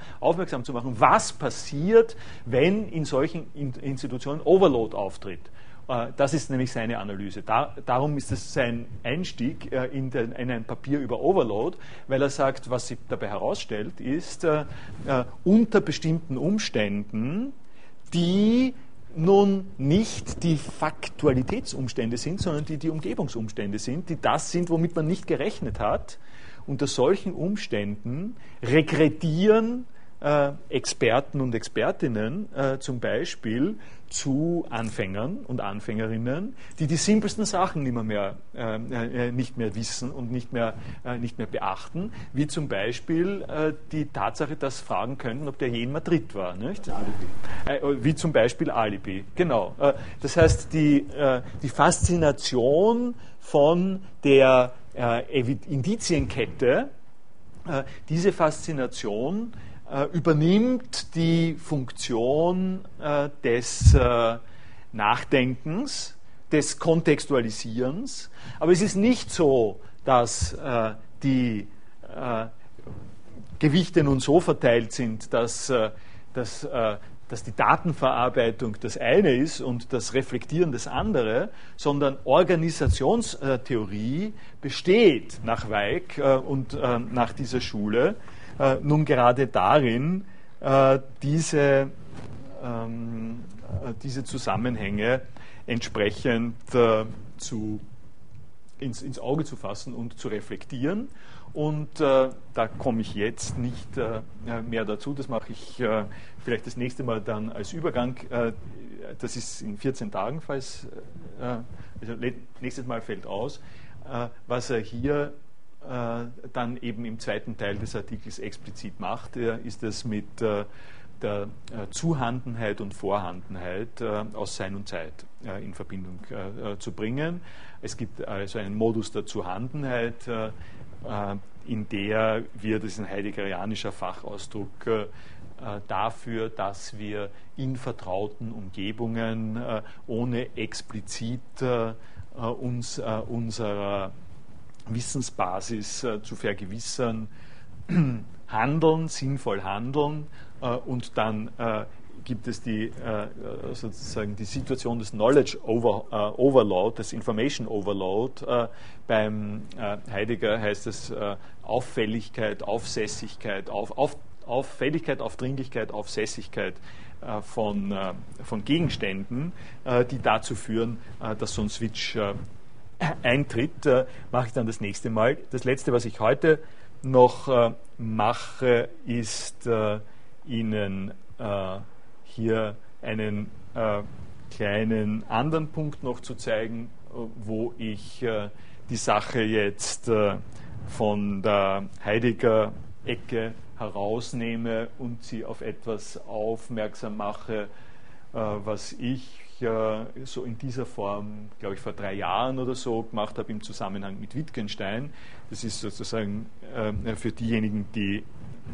was passiert, wenn in solchen Institutionen Overload auftritt. Das ist nämlich seine Analyse. Darum ist es sein Einstieg in ein Papier über Overload, weil er sagt, was sich dabei herausstellt, ist, unter bestimmten Umständen, die nun nicht die Faktualitätsumstände sind, sondern die Umgebungsumstände sind, die das sind, womit man nicht gerechnet hat. Unter solchen Umständen regredieren Experten und Expertinnen zum Beispiel zu Anfängern und Anfängerinnen, die simpelsten Sachen nicht mehr wissen und nicht mehr beachten, wie zum Beispiel die Tatsache, dass sie fragen könnten, ob der je in Madrid war. Nicht? Wie zum Beispiel Alibi. Genau. Das heißt, die Faszination von der Indizienkette, diese Faszination übernimmt die Funktion des Nachdenkens, des Kontextualisierens. Aber es ist nicht so, dass die Gewichte nun so verteilt sind, dass die Datenverarbeitung das eine ist und das Reflektieren das andere, sondern Organisationstheorie besteht nach Weig und nach dieser Schule nun gerade darin, diese Zusammenhänge entsprechend ins Auge zu fassen und zu reflektieren. Und da komme ich jetzt nicht mehr dazu. Das mache ich vielleicht das nächste Mal dann als Übergang. Das ist in 14 Tagen, falls also nächstes Mal fällt aus. Was er hier dann eben im zweiten Teil des Artikels explizit macht, ist es mit der Zuhandenheit und Vorhandenheit aus Sein und Zeit in Verbindung zu bringen. Es gibt also einen Modus der Zuhandenheit, in der wir, das ist ein heideggerianischer Fachausdruck, dafür, dass wir in vertrauten Umgebungen ohne explizit uns unserer Wissensbasis zu vergewissern, handeln, sinnvoll handeln, und dann gibt es sozusagen die Situation des Knowledge Overload, des Information Overload. Beim Heidegger heißt es Auffälligkeit, Aufsässigkeit, Auffälligkeit, Aufdringlichkeit, Aufsässigkeit von Gegenständen, die dazu führen, dass so ein Switch eintritt. Mache ich dann das nächste Mal. Das letzte, was ich heute noch mache, ist Ihnen hier einen kleinen anderen Punkt noch zu zeigen, wo ich die Sache jetzt von der Heidegger-Ecke herausnehme und Sie auf etwas aufmerksam mache, was ich so in dieser Form, glaube ich, vor 3 Jahren oder so gemacht habe im Zusammenhang mit Wittgenstein. Das ist sozusagen für diejenigen, die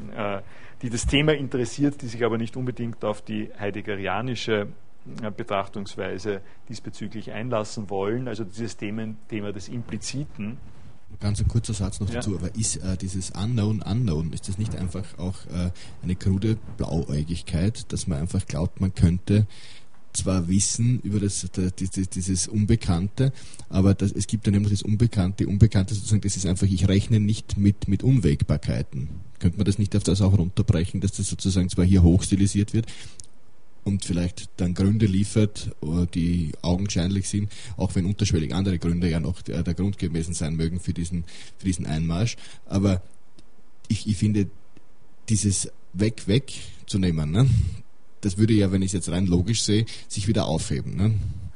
das Thema interessiert, die sich aber nicht unbedingt auf die heideggerianische Betrachtungsweise diesbezüglich einlassen wollen, also dieses Thema des Impliziten. Ganz ein kurzer Satz noch dazu, aber ist dieses Unknown, ist das nicht einfach auch eine krude Blauäugigkeit, dass man einfach glaubt, man könnte zwar wissen über dieses Unbekannte, aber es gibt dann eben das Unbekannte. Unbekannte sozusagen, das ist einfach, ich rechne nicht mit Unwägbarkeiten. Könnte man das nicht auf das auch runterbrechen, dass das sozusagen zwar hier hochstilisiert wird und vielleicht dann Gründe liefert, die augenscheinlich sind, auch wenn unterschwellig andere Gründe ja noch der Grund gewesen sein mögen für diesen Einmarsch. Aber ich finde, dieses weg zu nehmen, ne? Das würde ja, wenn ich es jetzt rein logisch sehe, sich wieder aufheben. Ne?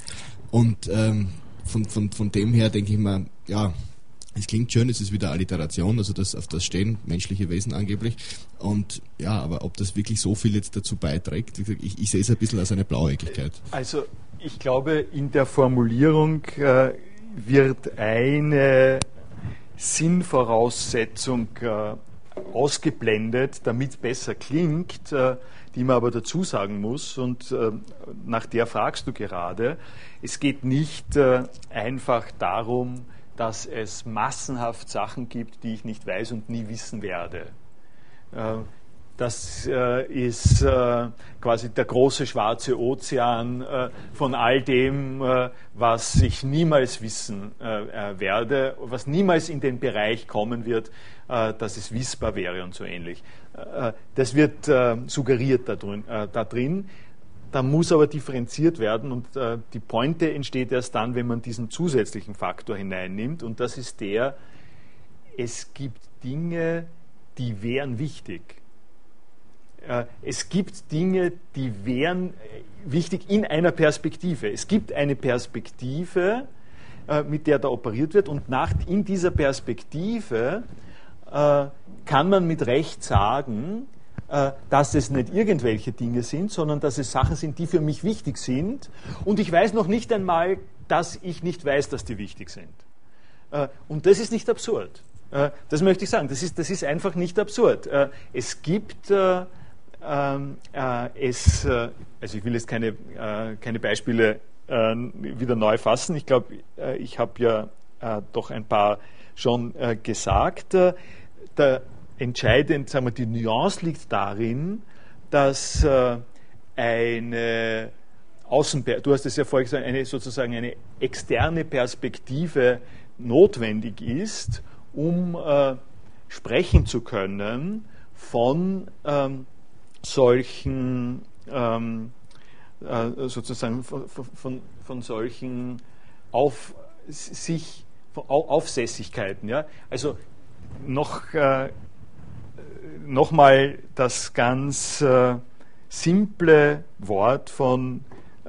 Und von dem her denke ich mir, ja, es klingt schön, es ist wieder Alliteration, also auf das stehen menschliche Wesen angeblich. Und ja, aber ob das wirklich so viel jetzt dazu beiträgt, ich sehe es ein bisschen als eine Blauäugigkeit. Also ich glaube, in der Formulierung wird eine Sinnvoraussetzung ausgeblendet, damit es besser klingt, die man aber dazu sagen muss, und nach der fragst du gerade. Es geht nicht einfach darum, dass es massenhaft Sachen gibt, die ich nicht weiß und nie wissen werde. Das ist quasi der große schwarze Ozean von all dem, was ich niemals wissen werde, was niemals in den Bereich kommen wird, dass es wissbar wäre und so ähnlich. Das wird suggeriert da drin. Da muss aber differenziert werden, und die Pointe entsteht erst dann, wenn man diesen zusätzlichen Faktor hineinnimmt, und das ist es gibt Dinge, die wären wichtig. es gibt Dinge, die wären wichtig in einer Perspektive. Es gibt eine Perspektive, mit der da operiert wird, und in dieser Perspektive kann man mit Recht sagen, dass es nicht irgendwelche Dinge sind, sondern dass es Sachen sind, die für mich wichtig sind, und ich weiß noch nicht einmal, dass ich nicht weiß, dass die wichtig sind. Und das ist nicht absurd. Das möchte ich sagen. Das ist einfach nicht absurd. Es gibt, also ich will jetzt keine Beispiele wieder neu fassen. Ich glaube, ich habe ja doch ein paar schon gesagt. Entscheidend, sagen wir, die Nuance liegt darin, dass eine du hast es ja vorhin gesagt, sozusagen eine externe Perspektive notwendig ist, um sprechen zu können von solchen sozusagen von solchen Aufsässigkeiten. Ja? Also nochmal das ganz simple Wort von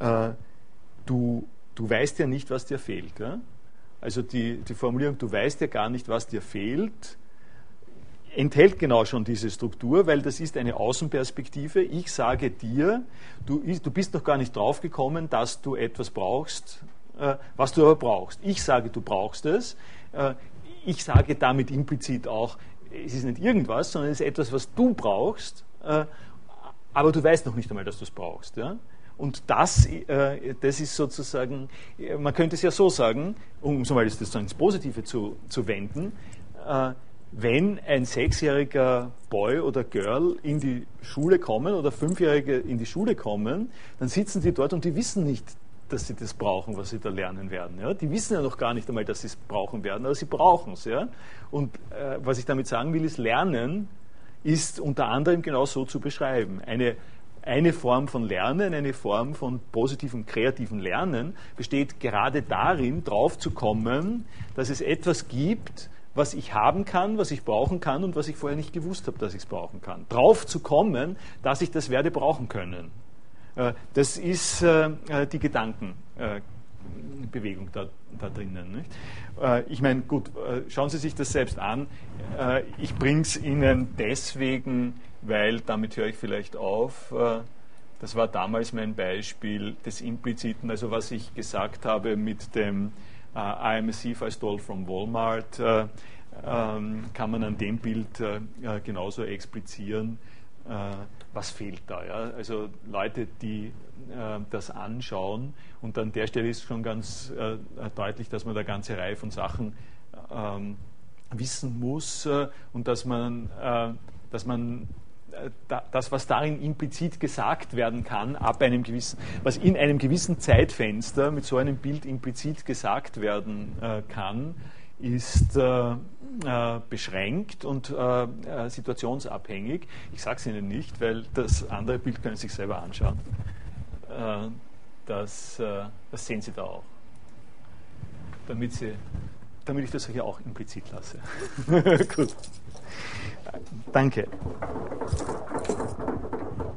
du weißt ja nicht, was dir fehlt. Ja? Also die Formulierung, du weißt ja gar nicht, was dir fehlt, enthält genau schon diese Struktur, weil das ist eine Außenperspektive. Ich sage dir, du bist noch gar nicht draufgekommen, dass du etwas brauchst, was du aber brauchst. Ich sage, du brauchst es. Ich sage damit implizit auch, es ist nicht irgendwas, sondern es ist etwas, was du brauchst, aber du weißt noch nicht einmal, dass du es brauchst. Ja? Und das ist sozusagen, man könnte es ja so sagen, um so mal das ins Positive zu wenden, wenn ein 6-jähriger Boy oder Girl in die Schule kommen oder 5-Jährige in die Schule kommen, dann sitzen die dort und die wissen nicht, dass sie das brauchen, was sie da lernen werden. Ja? Die wissen ja noch gar nicht einmal, dass sie es brauchen werden, aber sie brauchen es. Ja? Und was ich damit sagen will, ist, Lernen ist unter anderem genau so zu beschreiben. Eine Form von Lernen, eine Form von positivem, kreativen Lernen besteht gerade darin, drauf zu kommen, dass es etwas gibt, was ich haben kann, was ich brauchen kann und was ich vorher nicht gewusst habe, dass ich es brauchen kann. Drauf zu kommen, dass ich das werde brauchen können. Das ist die Gedankenbewegung da drinnen. Nicht? Ich meine, gut, schauen Sie sich das selbst an. Ich bringe es Ihnen deswegen, weil, damit höre ich vielleicht auf, das war damals mein Beispiel des Impliziten, also was ich gesagt habe mit dem I am a thief I stole from Walmart, kann man an dem Bild genauso explizieren. Was fehlt da? Ja? Also Leute, die das anschauen, und an der Stelle ist schon ganz deutlich, dass man da eine ganze Reihe von Sachen wissen muss und dass man das, was darin implizit gesagt werden kann, was in einem gewissen Zeitfenster mit so einem Bild implizit gesagt werden kann, ist beschränkt und situationsabhängig. Ich sage es Ihnen nicht, weil das andere Bild können Sie sich selber anschauen. Das sehen Sie da auch. Damit ich das hier auch implizit lasse. Gut. Danke.